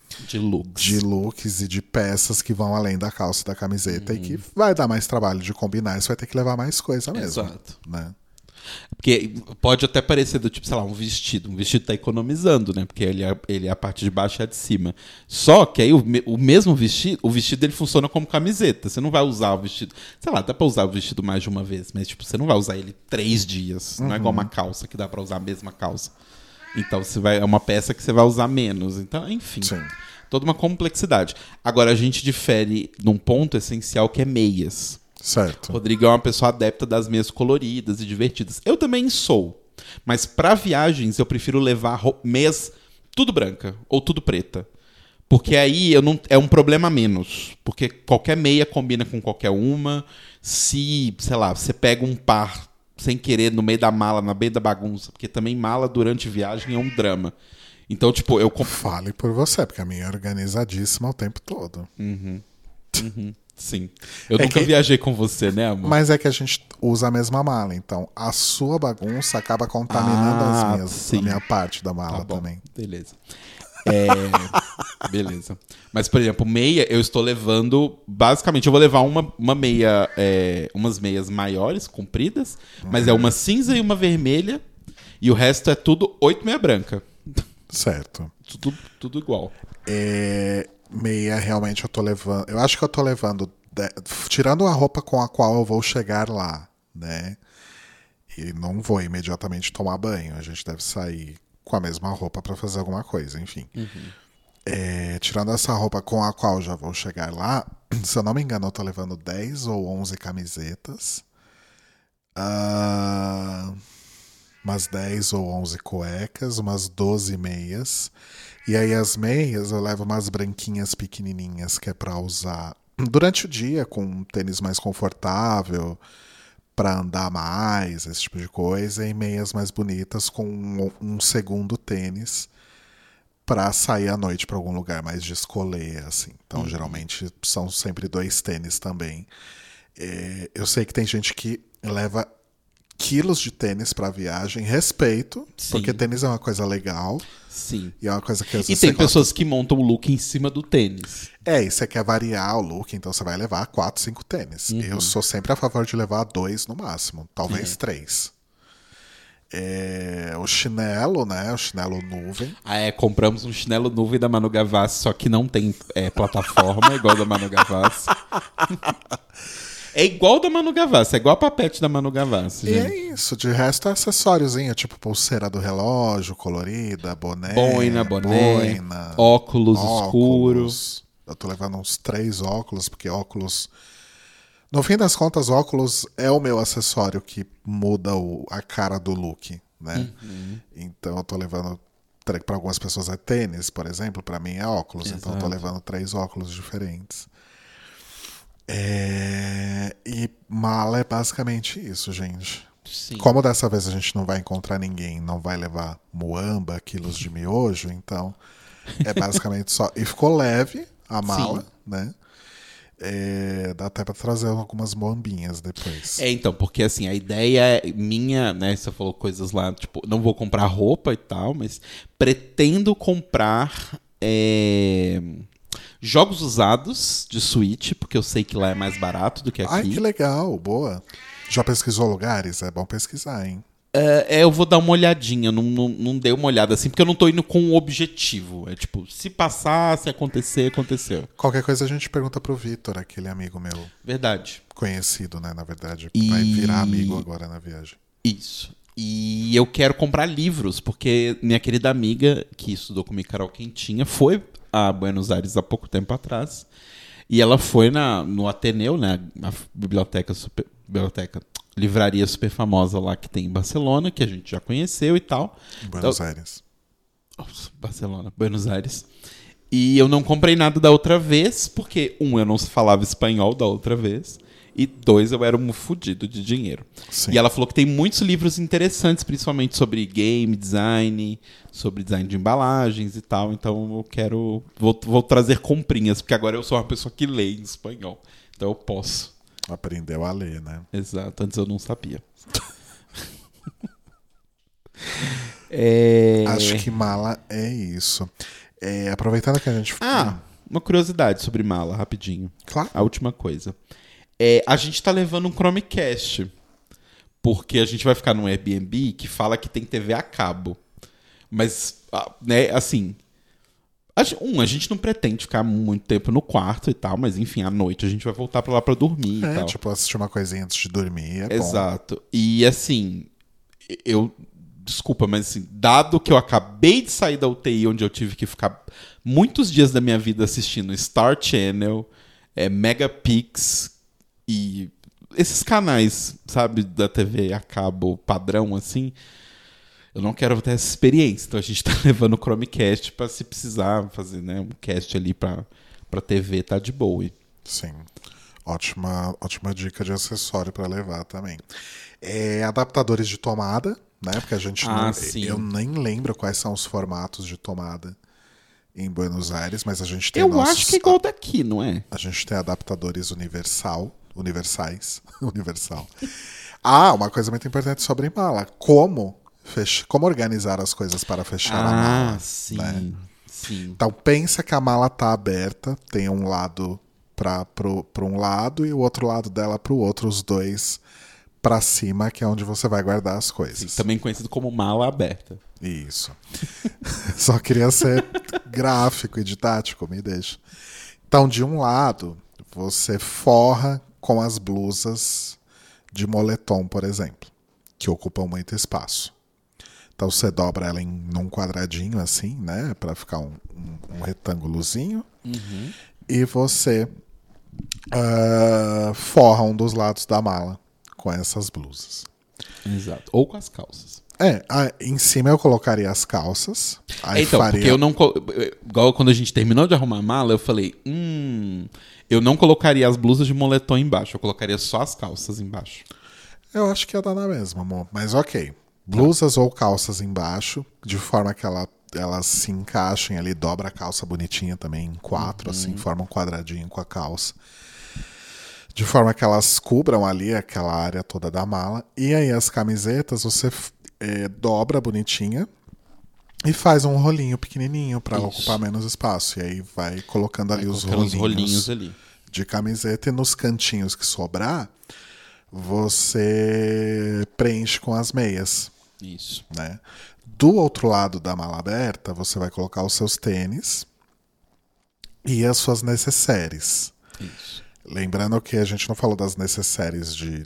S2: looks e de peças que vão além da calça e da camiseta e que vai dar mais trabalho de combinar, isso vai ter que levar mais coisa mesmo.
S1: Exato.
S2: Né?
S1: Porque pode até parecer do tipo, sei lá, um vestido. Um vestido tá economizando, né? Porque ele é a parte de baixo e a de cima. Só que aí o mesmo vestido, o vestido ele funciona como camiseta. Você não vai usar o vestido... Sei lá, dá pra usar o vestido mais de uma vez, mas tipo, você não vai usar ele 3 dias. Não é igual uma calça que dá pra usar a mesma calça. Então é uma peça que você vai usar menos. Então, enfim.
S2: Sim.
S1: Toda uma complexidade. Agora, a gente difere num ponto essencial que é meias.
S2: Certo.
S1: O Rodrigo é uma pessoa adepta das meias coloridas e divertidas. Eu também sou. Mas pra viagens, eu prefiro levar meias tudo branca ou tudo preta. Porque aí é um problema a menos. Porque qualquer meia combina com qualquer uma. Se, sei lá, você pega um par sem querer, no meio da mala, no meio da bagunça. Porque também mala durante viagem é um drama. Então, tipo, eu...
S2: Fale por você, porque a minha é organizadíssima o tempo todo.
S1: Sim. Eu nunca viajei com você, né, amor?
S2: Mas é que a gente usa a mesma mala, então a sua bagunça acaba contaminando a minha parte da mala também.
S1: Beleza. Beleza. Mas, por exemplo, meia, eu estou levando... Basicamente, eu vou levar uma meia... umas meias maiores, compridas, mas é uma cinza e uma vermelha, e o resto é tudo 8 meia branca.
S2: Certo.
S1: Tudo igual.
S2: Meia, realmente, eu tô levando... Eu acho que eu tô levando... Tirando a roupa com a qual eu vou chegar lá, né? E não vou imediatamente tomar banho. A gente deve sair com a mesma roupa pra fazer alguma coisa, enfim. Tirando essa roupa com a qual eu já vou chegar lá, se eu não me engano, eu tô levando 10 ou 11 camisetas. Umas 10 ou 11 cuecas, umas 12 meias. E aí as meias eu levo umas branquinhas pequenininhas que é pra usar durante o dia com um tênis mais confortável, pra andar mais, esse tipo de coisa. E meias mais bonitas com um segundo tênis pra sair à noite pra algum lugar mais de escolher, assim. Então geralmente são sempre 2 tênis também. Eu sei que tem gente que leva quilos de tênis pra viagem, respeito, porque tênis é uma coisa legal.
S1: Sim.
S2: E é uma coisa que às
S1: E
S2: vezes
S1: tem pessoas que montam o look em cima do tênis.
S2: e você quer variar o look, então você vai levar 4, 5 tênis. Eu sou sempre a favor de levar 2 no máximo, talvez 3. O chinelo, né? O chinelo nuvem.
S1: Compramos um chinelo nuvem da Manu Gavassi, só que não tem plataforma, igual da Manu Gavassi. É igual da Manu Gavassi, é igual a papete da Manu Gavassi.
S2: E
S1: gente.
S2: é isso, de resto é acessóriozinho, tipo pulseira do relógio, colorida, boné,
S1: Boina, óculos escuros.
S2: Eu tô levando uns 3 óculos, porque óculos... No fim das contas, óculos é o meu acessório que muda a cara do look, né? Então eu tô levando... Para algumas pessoas é tênis, por exemplo, para mim é óculos.
S1: Exato.
S2: Então eu tô levando 3 óculos diferentes. E mala é basicamente isso, gente.
S1: Sim.
S2: Como dessa vez a gente não vai encontrar ninguém, não vai levar muamba, quilos de miojo, então é basicamente só. E ficou leve a mala, né? Dá até pra trazer algumas muambinhas depois.
S1: Então, porque assim, a ideia minha, né? Você falou coisas lá, tipo, não vou comprar roupa e tal, mas pretendo comprar jogos usados de Switch, porque eu sei que lá é mais barato do que aqui.
S2: Ai, que legal, boa. Já pesquisou lugares? É bom pesquisar, hein?
S1: Eu vou dar uma olhadinha, não dei uma olhada assim, porque eu não tô indo com um objetivo. É tipo, se passar, se acontecer, aconteceu.
S2: Qualquer coisa a gente pergunta pro Vitor, aquele amigo meu.
S1: Verdade.
S2: Conhecido, né, na verdade. Vai virar amigo agora na viagem.
S1: Isso. E eu quero comprar livros, porque minha querida amiga, que estudou comigo, Carol Quentinha, foi a Buenos Aires há pouco tempo atrás. E ela foi no Ateneu, né, a livraria super famosa lá que tem em Barcelona, que a gente já conheceu e tal.
S2: Buenos Aires.
S1: Barcelona, Buenos Aires. E eu não comprei nada da outra vez, porque, eu não falava espanhol da outra vez, e 2, eu era um fudido de dinheiro.
S2: Sim.
S1: E ela falou que tem muitos livros interessantes, principalmente sobre game design, sobre design de embalagens e tal, então eu vou trazer comprinhas, porque agora eu sou uma pessoa que lê em espanhol, então eu posso.
S2: Aprendeu a ler, né?
S1: Exato, antes eu não sabia.
S2: Acho que mala é isso. Aproveitando que a gente...
S1: Uma curiosidade sobre mala, rapidinho.
S2: Claro.
S1: A última coisa. A gente tá levando um Chromecast, porque a gente vai ficar num Airbnb que fala que tem TV a cabo. Mas, né, assim... A gente não pretende ficar muito tempo no quarto e tal, mas enfim, à noite a gente vai voltar pra lá pra dormir e tal.
S2: Tipo, assistir uma coisinha antes de dormir é
S1: Exato. E assim, desculpa, mas assim, dado que eu acabei de sair da UTI, onde eu tive que ficar muitos dias da minha vida assistindo Star Channel, Megapix e esses canais, sabe, da TV a cabo padrão, assim... Eu não quero ter essa experiência, então a gente tá levando o Chromecast pra, se precisar fazer, né, um cast ali pra TV, tá de boa.
S2: Sim. Ótima dica de acessório para levar também. Adaptadores de tomada, né? Porque a gente
S1: sim.
S2: eu nem lembro quais são os formatos de tomada em Buenos Aires, mas a gente tem
S1: Eu acho que é igual daqui, não é?
S2: A gente tem adaptadores universais. Universal. Uma coisa muito importante sobre mala. Como organizar as coisas para fechar a mala.
S1: Sim,
S2: né?
S1: sim.
S2: Então pensa que a mala tá aberta, tem um lado para um lado e o outro lado dela para o outro, os dois para cima, que é onde você vai guardar as coisas.
S1: Sim, também conhecido como mala aberta.
S2: Isso. Só queria ser gráfico e didático, me deixa. Então, de um lado, você forra com as blusas de moletom, por exemplo, que ocupam muito espaço. Então, você dobra ela num quadradinho assim, né, para ficar um retângulozinho.
S1: Uhum.
S2: E você forra um dos lados da mala com essas blusas.
S1: Exato. Ou com as calças.
S2: Em cima eu colocaria as calças. Aí
S1: então, porque eu não... Igual quando a gente terminou de arrumar a mala, eu falei... eu não colocaria as blusas de moletom embaixo. Eu colocaria só as calças embaixo.
S2: Eu acho que ia dar na mesma, amor. Mas ok. Blusas ou calças embaixo, de forma que elas se encaixem ali. Dobra a calça bonitinha também em 4, assim. Forma um quadradinho com a calça. De forma que elas cubram ali aquela área toda da mala. E aí as camisetas você dobra bonitinha e faz um rolinho pequenininho para ocupar menos espaço. E aí vai colocando ali os rolinhos
S1: ali
S2: de camiseta. E nos cantinhos que sobrar, você preenche com as meias.
S1: Isso.
S2: Né? Do outro lado da mala aberta, você vai colocar os seus tênis e as suas necessaires.
S1: Isso.
S2: Lembrando que a gente não falou das necessárias de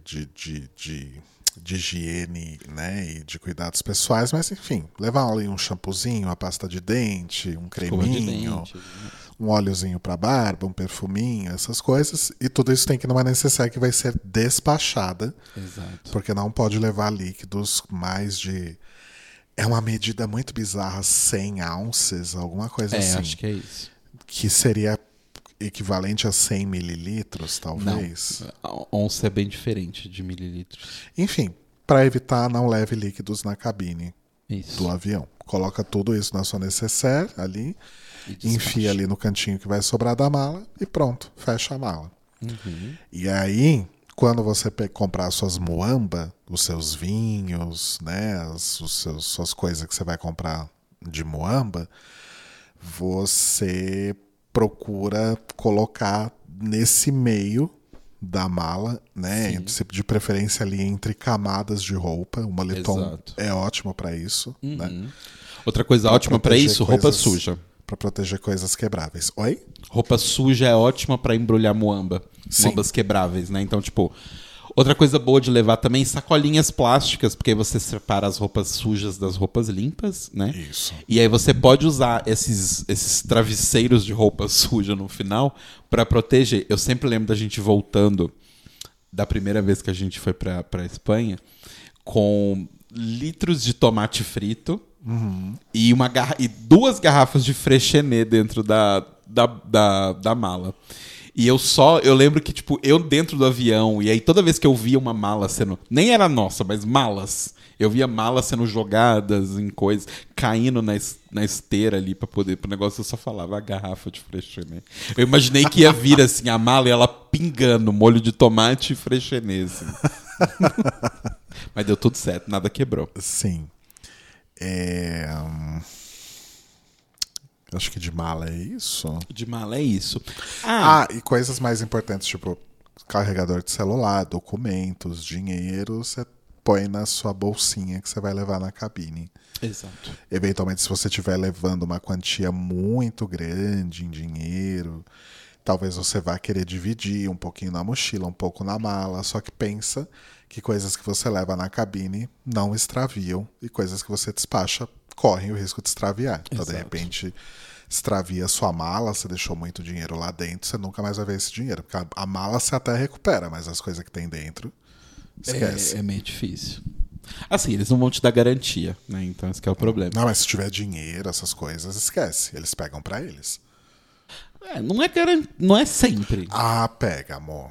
S2: higiene, né, e de cuidados pessoais, mas enfim, levar ali um shampoozinho, uma pasta de dente, um creminho, um óleozinho para barba, um perfuminho, essas coisas, e tudo isso tem que ir numa necessaire que vai ser despachada.
S1: Exato.
S2: Porque não pode levar líquidos mais de... É uma medida muito bizarra, 100 ounces, alguma coisa assim.
S1: Acho que é isso.
S2: Que seria equivalente a 100 mililitros, talvez.
S1: Não, onça é bem diferente de mililitros.
S2: Enfim, para evitar, não leve líquidos na cabine
S1: isso.
S2: do avião. Coloca tudo isso na sua necessaire ali, enfia ali no cantinho que vai sobrar da mala e pronto, fecha a mala.
S1: Uhum.
S2: E aí, quando você comprar suas muamba, os seus vinhos, né, suas coisas que você vai comprar de muamba, você procura colocar nesse meio da mala, né? De preferência ali entre camadas de roupa. O moletom é ótimo para isso. Né?
S1: Outra coisa ótima para isso, roupa suja.
S2: Para proteger coisas quebráveis. Oi?
S1: Roupa suja é ótima para embrulhar muamba. Muambas quebráveis, né? Então, tipo... Outra coisa boa de levar também, sacolinhas plásticas, porque aí você separa as roupas sujas das roupas limpas, né?
S2: Isso.
S1: E aí você pode usar esses travesseiros de roupa suja no final para proteger. Eu sempre lembro da gente voltando da primeira vez que a gente foi pra Espanha com litros de tomate frito e 2 garrafas de Freixenet dentro da mala. E eu lembro que, tipo, eu dentro do avião, e aí toda vez que eu via uma mala sendo... Nem era nossa, mas malas. Eu via malas sendo jogadas em coisas, caindo na esteira ali pra poder... Pro negócio eu só falava a garrafa de Freixenet. Eu imaginei que ia vir, assim, a mala e ela pingando, molho de tomate e Freixenet, assim. Mas deu tudo certo, nada quebrou.
S2: Sim. Acho que de mala é isso.
S1: De mala é isso.
S2: E coisas mais importantes, tipo carregador de celular, documentos, dinheiro, você põe na sua bolsinha que você vai levar na cabine.
S1: Exato.
S2: Eventualmente, se você estiver levando uma quantia muito grande em dinheiro, talvez você vá querer dividir um pouquinho na mochila, um pouco na mala, só que pensa que coisas que você leva na cabine não extraviam e coisas que você despacha correm o risco de extraviar. Então, de repente, extravia sua mala, você deixou muito dinheiro lá dentro, você nunca mais vai ver esse dinheiro. Porque a mala você até recupera, mas as coisas que tem dentro, esquece.
S1: É meio difícil. Assim, eles não vão te dar garantia, né? Então esse que é o problema.
S2: Não, mas se tiver dinheiro, essas coisas, esquece. Eles pegam pra eles.
S1: Não é sempre.
S2: Pega, amor.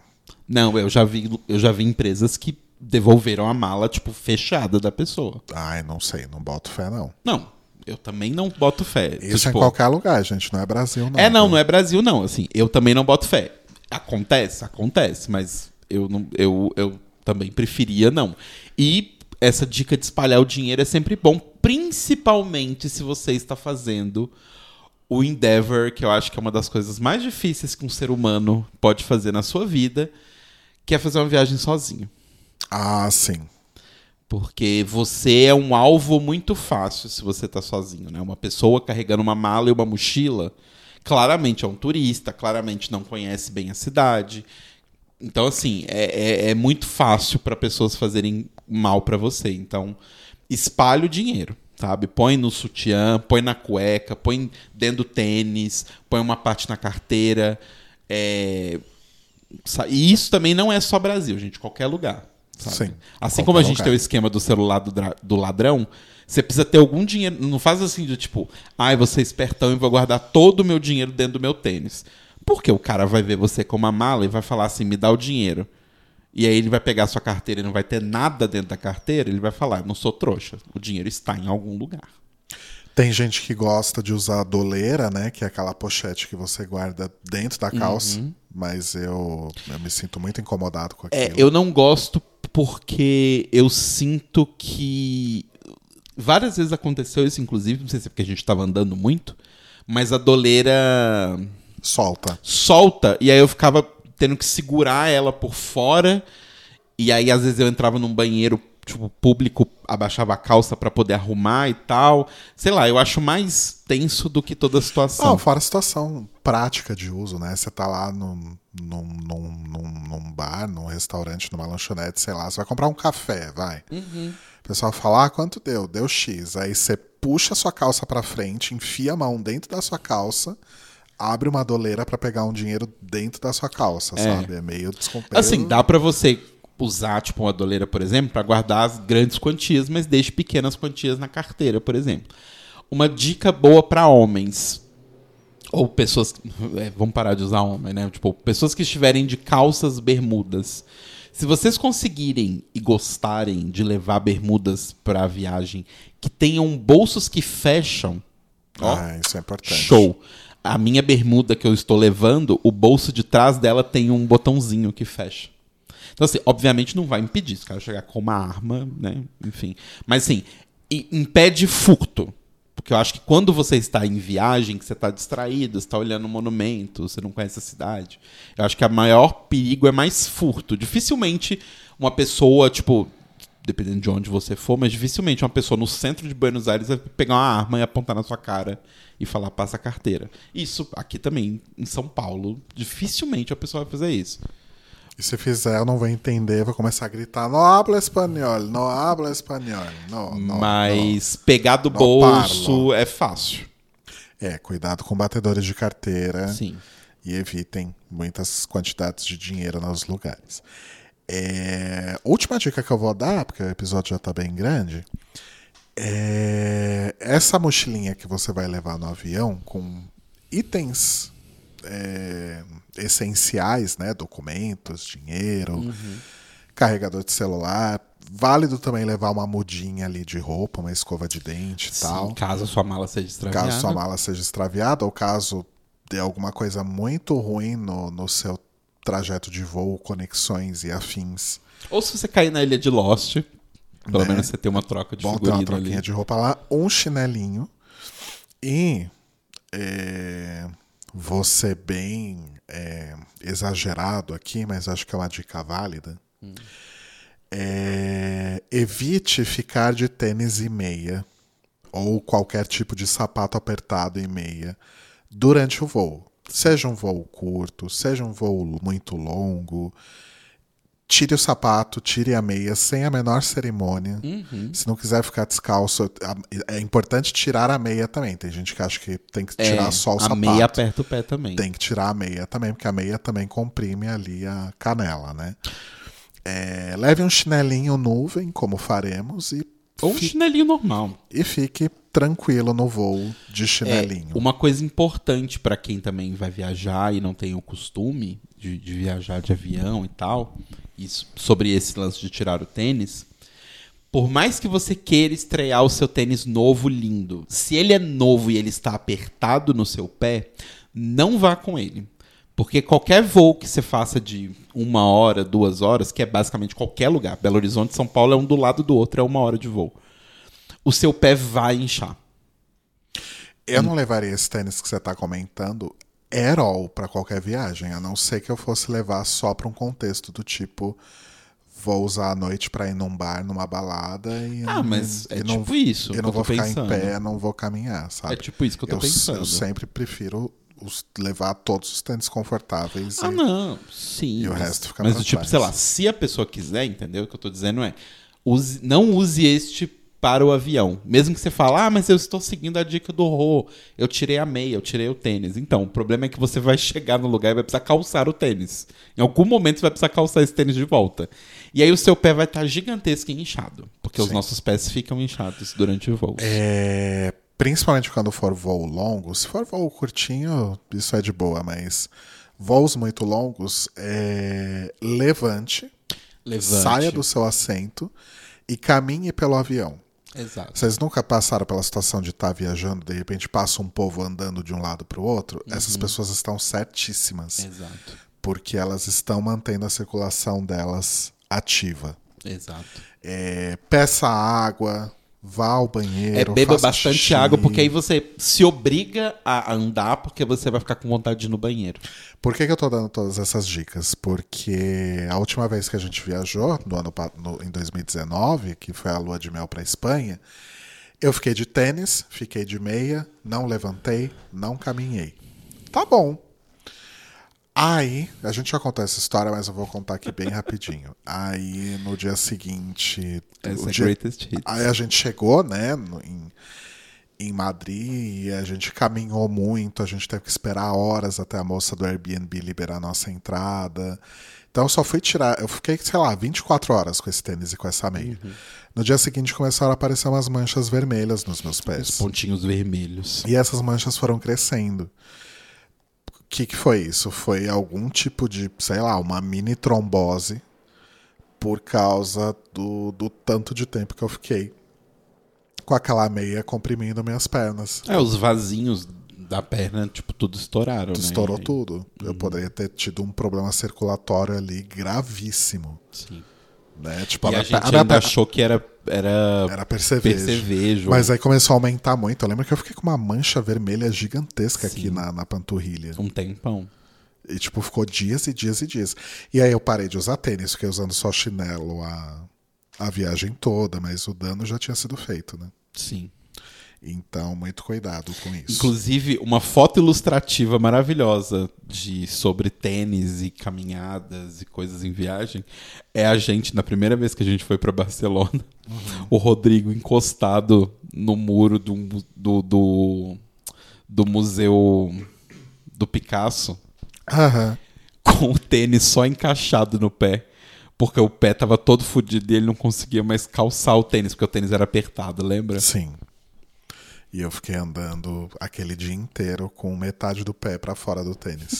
S1: Não, eu já vi empresas que devolveram a mala, tipo, fechada da pessoa.
S2: Ai, não sei, não boto fé, não.
S1: Não, eu também não boto fé.
S2: Isso
S1: tipo,
S2: em qualquer lugar, gente, não é Brasil, não.
S1: não é Brasil, não. Assim, eu também não boto fé. Acontece, mas eu também preferia não. E essa dica de espalhar o dinheiro é sempre bom, principalmente se você está fazendo o endeavor, que eu acho que é uma das coisas mais difíceis que um ser humano pode fazer na sua vida, que é fazer uma viagem sozinho.
S2: Ah, sim.
S1: Porque você é um alvo muito fácil se você tá sozinho, né? Uma pessoa carregando uma mala e uma mochila, claramente é um turista, claramente não conhece bem a cidade. Então, assim, é muito fácil para pessoas fazerem mal para você. Então, espalhe o dinheiro, sabe? Põe no sutiã, põe na cueca, põe dentro do tênis, põe uma parte na carteira. E isso também não é só Brasil, gente, qualquer lugar. Sabe?
S2: Sim.
S1: Assim como a gente tem o esquema do celular do ladrão, você precisa ter algum dinheiro. Não faz assim de tipo, ai, vou ser espertão e vou guardar todo o meu dinheiro dentro do meu tênis. Porque o cara vai ver você com uma mala e vai falar assim, me dá o dinheiro. E aí ele vai pegar a sua carteira e não vai ter nada dentro da carteira, ele vai falar, não sou trouxa, o dinheiro está em algum lugar.
S2: Tem gente que gosta de usar a doleira, né? Que é aquela pochete que você guarda dentro da calça. Mas eu me sinto muito incomodado com aquilo.
S1: Eu não gosto porque eu sinto que... Várias vezes aconteceu isso, inclusive, não sei se é porque a gente estava andando muito, mas a doleira... Solta, e aí eu ficava tendo que segurar ela por fora, e aí às vezes eu entrava num banheiro tipo, público, abaixava a calça pra poder arrumar e tal. Sei lá, eu acho mais tenso do que toda a situação.
S2: Não, fora a situação prática de uso, né? Você tá lá num bar, num restaurante, numa lanchonete, sei lá, você vai comprar um café, vai. O pessoal fala, quanto deu? Deu X. Aí você puxa a sua calça pra frente, enfia a mão dentro da sua calça, abre uma doleira pra pegar um dinheiro dentro da sua calça, sabe? É meio desconfortável.
S1: Assim, dá pra você usar, tipo, uma doleira, por exemplo, pra guardar as grandes quantias, mas deixe pequenas quantias na carteira, por exemplo. Uma dica boa pra homens, ou pessoas... vamos parar de usar homem, né? Tipo, pessoas que estiverem de calças bermudas. Se vocês conseguirem e gostarem de levar bermudas pra viagem que tenham bolsos que fecham...
S2: isso é importante.
S1: Show! A minha bermuda que eu estou levando, o bolso de trás dela tem um botãozinho que fecha. Então, assim, obviamente não vai impedir se o cara chegar com uma arma, né? Enfim. Mas, assim, impede furto. Porque eu acho que quando você está em viagem, que você está distraído, você está olhando um monumento, você não conhece a cidade, eu acho que o maior perigo é mais furto. Dificilmente uma pessoa, tipo, dependendo de onde você for, mas dificilmente uma pessoa no centro de Buenos Aires vai pegar uma arma e apontar na sua cara e falar, passa a carteira. Isso, aqui também, em São Paulo, dificilmente a pessoa vai fazer isso.
S2: E se fizer, eu não vou entender, vou começar a gritar, não habla espanhol, não habla espanhol.
S1: Mas pegar do bolso é fácil.
S2: Cuidado com batedores de carteira.
S1: Sim.
S2: E evitem muitas quantidades de dinheiro nos lugares. Última dica que eu vou dar, porque o episódio já está bem grande, essa mochilinha que você vai levar no avião com itens essenciais, né? Documentos, dinheiro, carregador de celular. Válido também levar uma mudinha ali de roupa, uma escova de dente e tal.
S1: Caso a sua mala seja extraviada.
S2: Caso sua mala seja extraviada ou caso dê alguma coisa muito ruim no seu trajeto de voo, conexões e afins.
S1: Ou se você cair na ilha de Lost, pelo menos você tem uma troca de
S2: figurino ali. Bom, ter uma troquinha de roupa lá, um chinelinho e vou ser bem exagerado aqui, mas acho que é uma dica válida. Evite ficar de tênis e meia ou qualquer tipo de sapato apertado e meia durante o voo. Seja um voo curto, seja um voo muito longo, tire o sapato, tire a meia sem a menor cerimônia. Se não quiser ficar descalço, é importante tirar a meia também. Tem gente que acha que tem que tirar só o sapato.
S1: A meia aperta o pé também.
S2: Tem que tirar a meia também, porque a meia também comprime ali a canela, né? Leve um chinelinho nuvem, como faremos,
S1: ou um chinelinho normal.
S2: E fique tranquilo no voo de chinelinho.
S1: Uma coisa importante para quem também vai viajar e não tem o costume de viajar de avião e tal, sobre esse lance de tirar o tênis, por mais que você queira estrear o seu tênis novo, lindo, se ele é novo e ele está apertado no seu pé, não vá com ele. Porque qualquer voo que você faça de 1 hora, 2 horas, que é basicamente qualquer lugar, Belo Horizonte e São Paulo é um do lado do outro, é 1 hora de voo, o seu pé vai inchar.
S2: Eu não levaria esse tênis que você tá comentando at all pra qualquer viagem, a não ser que eu fosse levar só pra um contexto do tipo, vou usar a noite pra ir num bar, numa balada e
S1: mas é tipo isso
S2: eu
S1: que
S2: não
S1: eu
S2: vou
S1: tô
S2: ficar
S1: pensando.
S2: em pé, não vou caminhar, sabe?
S1: É tipo isso que eu tô pensando.
S2: Eu sempre prefiro levar todos os tênis confortáveis
S1: Não, sim.
S2: e o resto fica
S1: Mas
S2: pra
S1: tipo,
S2: trás.
S1: sei lá, se a pessoa quiser, entendeu? O que eu tô dizendo é, não use este para o avião. Mesmo que você fale, mas eu estou seguindo a dica do Rô, eu tirei a meia, eu tirei o tênis. Então, o problema é que você vai chegar no lugar e vai precisar calçar o tênis. Em algum momento você vai precisar calçar esse tênis de volta. E aí o seu pé vai estar gigantesco e inchado. Porque os nossos pés ficam inchados durante o voo.
S2: Principalmente quando for voo longo. Se for voo curtinho, isso é de boa, mas voos muito longos, levante, saia do seu assento e caminhe pelo avião.
S1: Exato.
S2: Vocês nunca passaram pela situação de estar viajando, de repente passa um povo andando de um lado para o outro? Essas pessoas estão certíssimas.
S1: Exato.
S2: Porque elas estão mantendo a circulação delas ativa.
S1: Exato.
S2: Peça água, vá ao banheiro,
S1: Beba
S2: faça
S1: bastante
S2: xixi.
S1: água, porque aí você se obriga a andar, porque você vai ficar com vontade de ir no banheiro.
S2: Por que eu tô dando todas essas dicas? Porque a última vez que a gente viajou, em 2019, que foi a lua de mel pra Espanha, eu fiquei de tênis, fiquei de meia, não levantei, não caminhei. Tá bom. Aí, a gente já contou essa história, mas eu vou contar aqui bem rapidinho. Aí, no dia seguinte...
S1: Greatest Hits.
S2: Aí a gente chegou, né, em Madrid, e a gente caminhou muito, a gente teve que esperar horas até a moça do Airbnb liberar a nossa entrada. Então eu só fui tirar, eu fiquei, sei lá, 24 horas com esse tênis e com essa meia. No dia seguinte começaram a aparecer umas manchas vermelhas nos meus pés.
S1: Os pontinhos vermelhos.
S2: E essas manchas foram crescendo. O que foi isso? Foi algum tipo de, sei lá, uma mini trombose por causa do tanto de tempo que eu fiquei com aquela meia comprimindo minhas pernas.
S1: Os vasinhos da perna, tipo, tudo estouraram, né?
S2: Estourou tudo. Eu poderia ter tido um problema circulatório ali gravíssimo.
S1: Sim.
S2: Né? Tipo,
S1: E a gente ainda achou que era percevejo.
S2: Mas aí começou a aumentar muito. Eu lembro que eu fiquei com uma mancha vermelha gigantesca aqui na panturrilha.
S1: Um tempão.
S2: E tipo, ficou dias e dias e dias. E aí eu parei de usar tênis, fiquei usando só chinelo a viagem toda, mas o dano já tinha sido feito, né?
S1: Sim.
S2: Então, muito cuidado com isso.
S1: Inclusive, uma foto ilustrativa maravilhosa sobre tênis e caminhadas e coisas em viagem é a gente, na primeira vez que a gente foi para Barcelona, o Rodrigo encostado no muro do museu do Picasso, com o tênis só encaixado no pé. Porque o pé tava todo fudido e ele não conseguia mais calçar o tênis, porque o tênis era apertado, lembra?
S2: Sim. E eu fiquei andando aquele dia inteiro com metade do pé pra fora do tênis.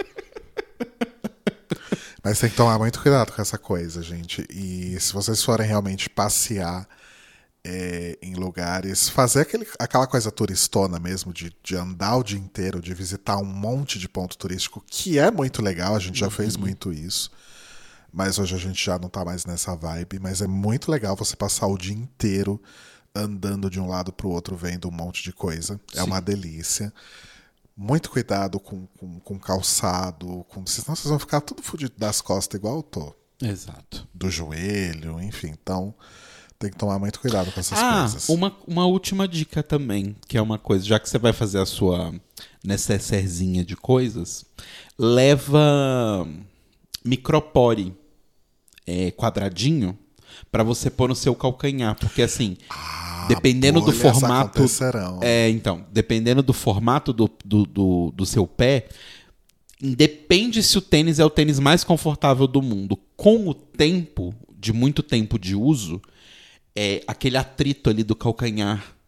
S2: Mas tem que tomar muito cuidado com essa coisa, gente. E se vocês forem realmente passear em lugares, fazer aquela coisa turistona mesmo, de andar o dia inteiro, de visitar um monte de ponto turístico, que é muito legal, a gente já fez muito isso. Mas hoje a gente já não tá mais nessa vibe. Mas é muito legal você passar o dia inteiro andando de um lado pro outro, vendo um monte de coisa. Sim. É uma delícia. Muito cuidado com calçado. Senão vocês vão ficar tudo fudido das costas, igual eu tô.
S1: Exato.
S2: Do joelho, enfim. Então, tem que tomar muito cuidado com essas coisas.
S1: Uma última dica também, que é uma coisa. Já que você vai fazer a sua necessairezinha de coisas, leva micropore quadradinho pra você pôr no seu calcanhar, porque assim, dependendo do formato, dependendo do formato do seu pé, independe se o tênis é o tênis mais confortável do mundo. Com o tempo, de muito tempo de uso, aquele atrito ali do calcanhar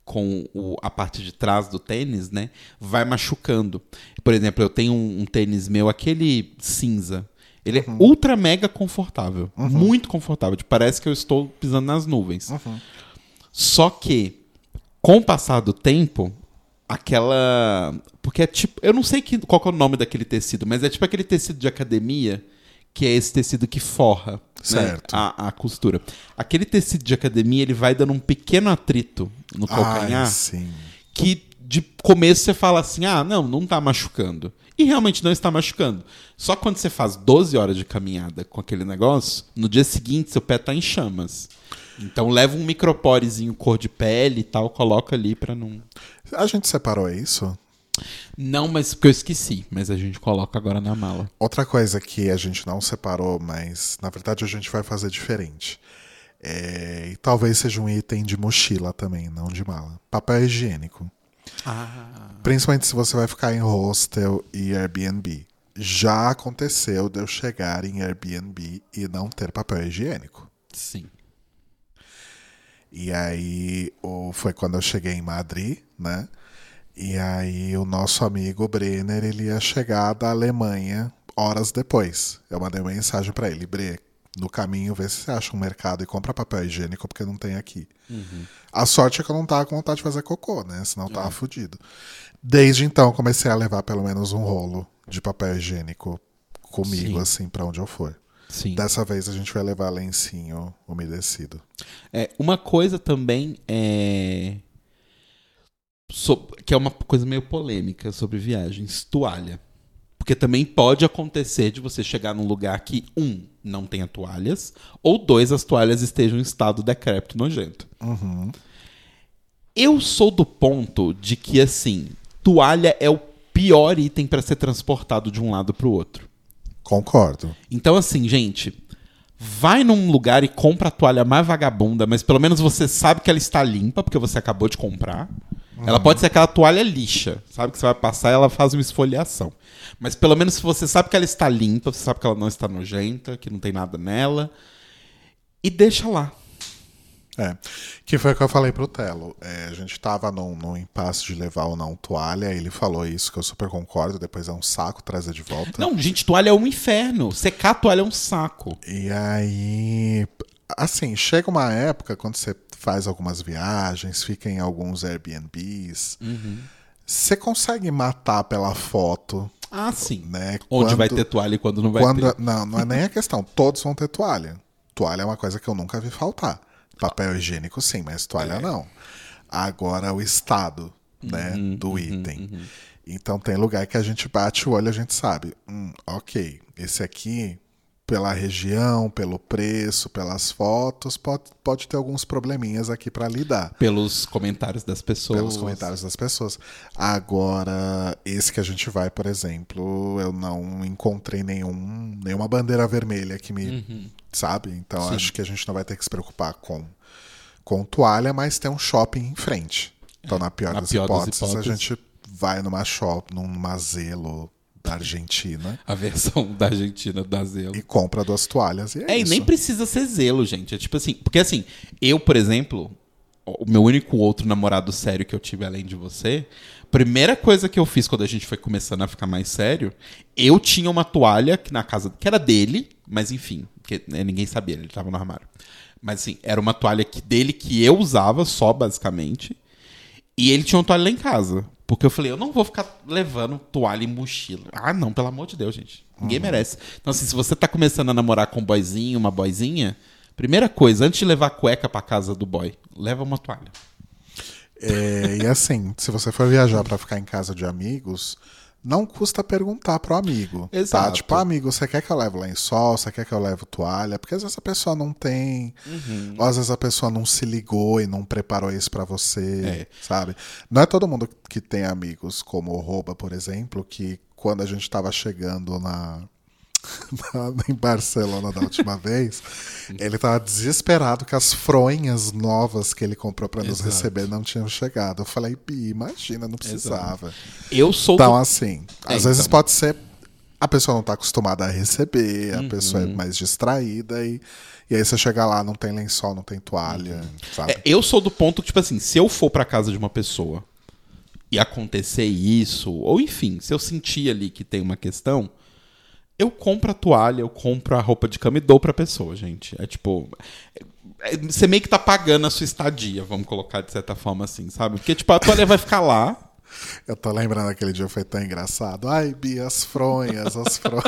S1: com a parte de trás do tênis, né, vai machucando. Por exemplo, eu tenho um tênis meu, aquele cinza. Ele é ultra mega confortável. Muito confortável. Parece que eu estou pisando nas nuvens. Só que, com o passar do tempo, porque é tipo... Eu não sei qual que é o nome daquele tecido, mas é tipo aquele tecido de academia, que é esse tecido que forra,
S2: certo,
S1: né, a costura. Aquele tecido de academia, ele vai dando um pequeno atrito no calcanhar,
S2: sim.
S1: que de começo você fala assim, não tá machucando. E realmente não está machucando. Só quando você faz 12 horas de caminhada com aquele negócio, no dia seguinte seu pé tá em chamas. Então leva um microporezinho cor de pele e tal, coloca ali pra não...
S2: A gente separou isso?
S1: Não, mas porque eu esqueci. Mas a gente coloca agora na mala.
S2: Outra coisa que a gente não separou, mas na verdade a gente vai fazer diferente. E talvez seja um item de mochila também, não de mala. Papel higiênico. Principalmente se você vai ficar em hostel e Airbnb. Já aconteceu de eu chegar em Airbnb e não ter papel higiênico.
S1: Sim.
S2: E aí foi quando eu cheguei em Madrid, né? E aí o nosso amigo Brenner, ele ia chegar da Alemanha horas depois. Eu mandei uma mensagem pra ele: Bre, no caminho vê se você acha um mercado e compra papel higiênico, porque não tem aqui. A sorte é que eu não tava com vontade de fazer cocô, né? Senão eu tava fudido. Desde então comecei a levar pelo menos um rolo de papel higiênico comigo, assim, pra onde eu for.
S1: Sim.
S2: Dessa vez a gente vai levar lencinho umedecido.
S1: Uma coisa também que é uma coisa meio polêmica sobre viagens, toalha. Porque também pode acontecer de você chegar num lugar que, não tenha toalhas, ou 2, as toalhas estejam em estado decrépito nojento. Eu sou do ponto de que, assim, toalha é o pior item para ser transportado de um lado pro outro.
S2: Concordo.
S1: Então, assim, gente, vai num lugar e compra a toalha mais vagabunda, mas pelo menos você sabe que ela está limpa, porque você acabou de comprar. Ela pode ser aquela toalha lixa, sabe? Que você vai passar e ela faz uma esfoliação. Mas pelo menos se você sabe que ela está limpa, você sabe que ela não está nojenta, que não tem nada nela, e deixa lá.
S2: Que foi o que eu falei pro Telo. A gente tava num impasse de levar ou não toalha, ele falou isso, que eu super concordo, depois é um saco trazer de volta.
S1: Não, gente, toalha é um inferno. Secar a toalha é um saco.
S2: E aí, assim, chega uma época quando você faz algumas viagens, fica em alguns Airbnbs, você consegue matar pela foto.
S1: Sim.
S2: Né?
S1: Onde vai ter toalha e quando não vai ter.
S2: Não é nem a questão. Todos vão ter toalha. Toalha é uma coisa que eu nunca vi faltar. Papel higiênico sim, mas toalha não. Agora o estado, né, do item. Então tem lugar que a gente bate o olho e a gente sabe. Ok, esse aqui, pela região, pelo preço, pelas fotos, pode ter alguns probleminhas aqui para lidar.
S1: Pelos comentários das pessoas.
S2: Agora, esse que a gente vai, por exemplo, eu não encontrei nenhuma bandeira vermelha que me... Sabe? Então acho que a gente não vai ter que se preocupar com toalha, mas tem um shopping em frente. Então, na pior das hipóteses, a gente vai numa Zelo da Argentina.
S1: A versão da Argentina da Zelo.
S2: E compra 2 toalhas e é isso.
S1: E nem precisa ser Zelo, gente. É tipo assim, porque assim, eu, por exemplo, o meu único outro namorado sério que eu tive além de você, primeira coisa que eu fiz quando a gente foi começando a ficar mais sério, eu tinha uma toalha na casa, que era dele, mas enfim, porque ninguém sabia, ele tava no armário. Mas assim, era uma toalha dele que eu usava só, basicamente, e ele tinha uma toalha lá em casa. Porque eu falei, eu não vou ficar levando toalha em mochila. Não, pelo amor de Deus, gente. Ninguém merece. Então, assim, se você tá começando a namorar com um boyzinho, uma boyzinha, primeira coisa, antes de levar a cueca pra casa do boy, leva uma toalha.
S2: E assim, se você for viajar pra ficar em casa de amigos, não custa perguntar pro amigo.
S1: Exato.
S2: Tá? Tipo, amigo, você quer que eu leve lençol? Você quer que eu leve toalha? Porque às vezes a pessoa não tem. Ou às vezes a pessoa não se ligou e não preparou isso pra você, sabe? Não é todo mundo que tem amigos como o Roba, por exemplo, que quando a gente tava chegando em Barcelona da última vez, ele tava desesperado que as fronhas novas que ele comprou pra nos receber não tinham chegado. Eu falei, imagina, não precisava.
S1: Eu sou
S2: Então, assim, às vezes pode ser A pessoa não tá acostumada a receber, a pessoa é mais distraída e aí você chega lá, não tem lençol, não tem toalha, sabe?
S1: Eu sou do ponto que, tipo assim, se eu for pra casa de uma pessoa e acontecer isso, ou enfim, se eu sentir ali que tem uma questão, eu compro a toalha, eu compro a roupa de cama e dou pra pessoa, gente. É tipo. Você meio que tá pagando a sua estadia, vamos colocar de certa forma assim, sabe? Porque, tipo, a toalha vai ficar lá.
S2: Eu tô lembrando aquele dia, foi tão engraçado. Ai, Bia, as fronhas, as fronhas.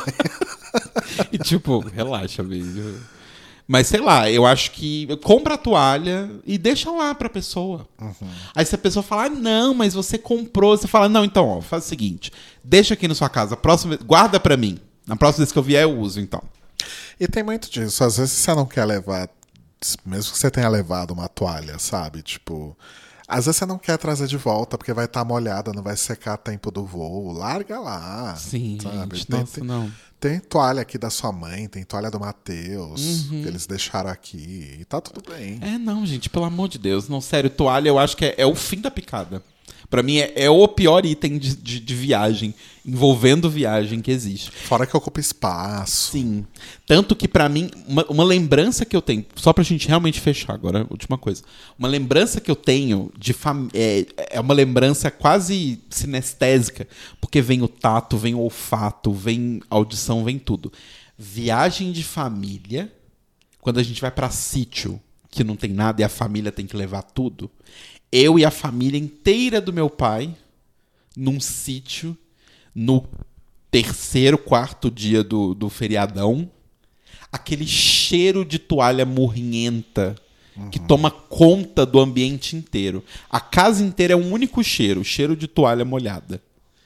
S1: E, tipo, relaxa, beijo. Mas sei lá, eu acho que compra a toalha e deixa lá pra pessoa. Aí se a pessoa falar, ah, não, mas você comprou, você fala, não, então, ó, faz o seguinte, deixa aqui na sua casa, guarda pra mim. Na próxima vez que eu vier, eu uso, então.
S2: E tem muito disso. Às vezes você não quer levar, mesmo que você tenha levado uma toalha, sabe? Tipo, às vezes você não quer trazer de volta porque vai estar molhada, não vai secar a tempo do voo. Larga lá.
S1: Sim,
S2: sabe?
S1: gente, nossa, não.
S2: Tem toalha aqui da sua mãe, tem toalha do Matheus, que eles deixaram aqui, e tá tudo bem.
S1: Não, gente, pelo amor de Deus. Não, sério, toalha eu acho que é o fim da picada. Pra mim é o pior item de viagem, envolvendo viagem que existe.
S2: Fora que ocupa espaço.
S1: Sim. Tanto que pra mim, uma lembrança que eu tenho, só pra gente realmente fechar agora, última coisa. Uma lembrança que eu tenho de família, é uma lembrança quase sinestésica, porque vem o tato, vem o olfato, vem a audição, vem tudo. Viagem de família, quando a gente vai pra sítio, que não tem nada e a família tem que levar tudo. Eu e a família inteira do meu pai, num sítio, no terceiro, quarto dia do feriadão, aquele cheiro de toalha morrinhenta que toma conta do ambiente inteiro. A casa inteira é um único cheiro, o cheiro de toalha molhada.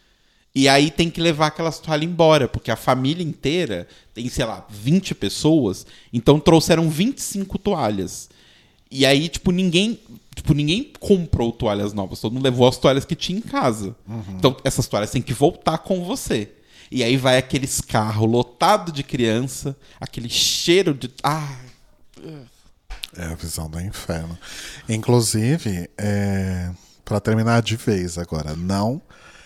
S1: E aí tem que levar aquelas toalhas embora, porque a família inteira tem, sei lá, 20 pessoas, então trouxeram 25 toalhas. E aí, ninguém comprou toalhas novas, todo mundo levou as toalhas que tinha em casa. Então, essas toalhas têm que voltar com você. E aí vai aqueles carros lotados de criança, aquele cheiro de...
S2: É a visão do inferno. Inclusive, para terminar de vez agora, não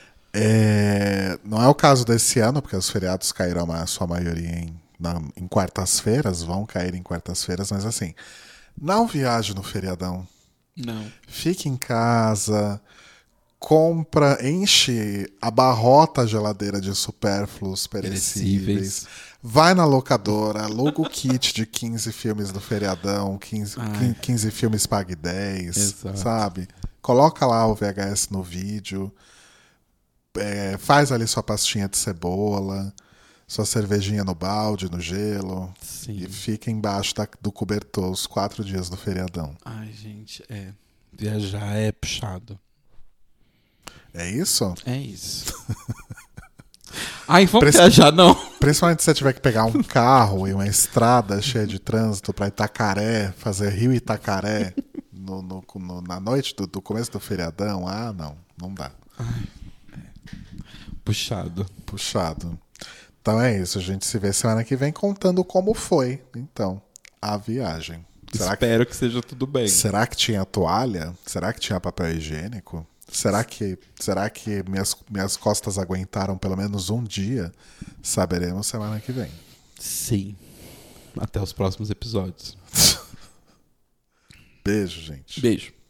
S2: é o caso desse ano, porque os feriados caíram a sua maioria em quartas-feiras, vão cair em quartas-feiras, mas assim, não viaje no feriadão.
S1: Não.
S2: Fique em casa, compra, enche, abarrota a geladeira de supérfluos perecíveis. Vai na locadora, aluga o kit de 15 filmes do feriadão, 15 filmes pague 10,
S1: Exato.
S2: sabe? Coloca lá o VHS no vídeo, faz ali sua pastinha de cebola, sua cervejinha no balde, no gelo.
S1: Sim.
S2: E fica embaixo do cobertor os 4 dias do feriadão.
S1: Ai, gente, viajar é puxado.
S2: É isso?
S1: É isso. Ai, vamos viajar, não.
S2: Principalmente se você tiver que pegar um carro e uma estrada cheia de trânsito pra Itacaré, fazer Rio Itacaré na noite do começo do feriadão. Ah, não dá.
S1: Puxado.
S2: Então é isso, a gente se vê semana que vem contando como foi, então, a viagem.
S1: Espero que seja tudo bem.
S2: Será que tinha toalha? Será que tinha papel higiênico? Será que minhas costas aguentaram pelo menos um dia? Saberemos semana que vem.
S1: Sim. Até os próximos episódios.
S2: Beijo, gente.
S1: Beijo.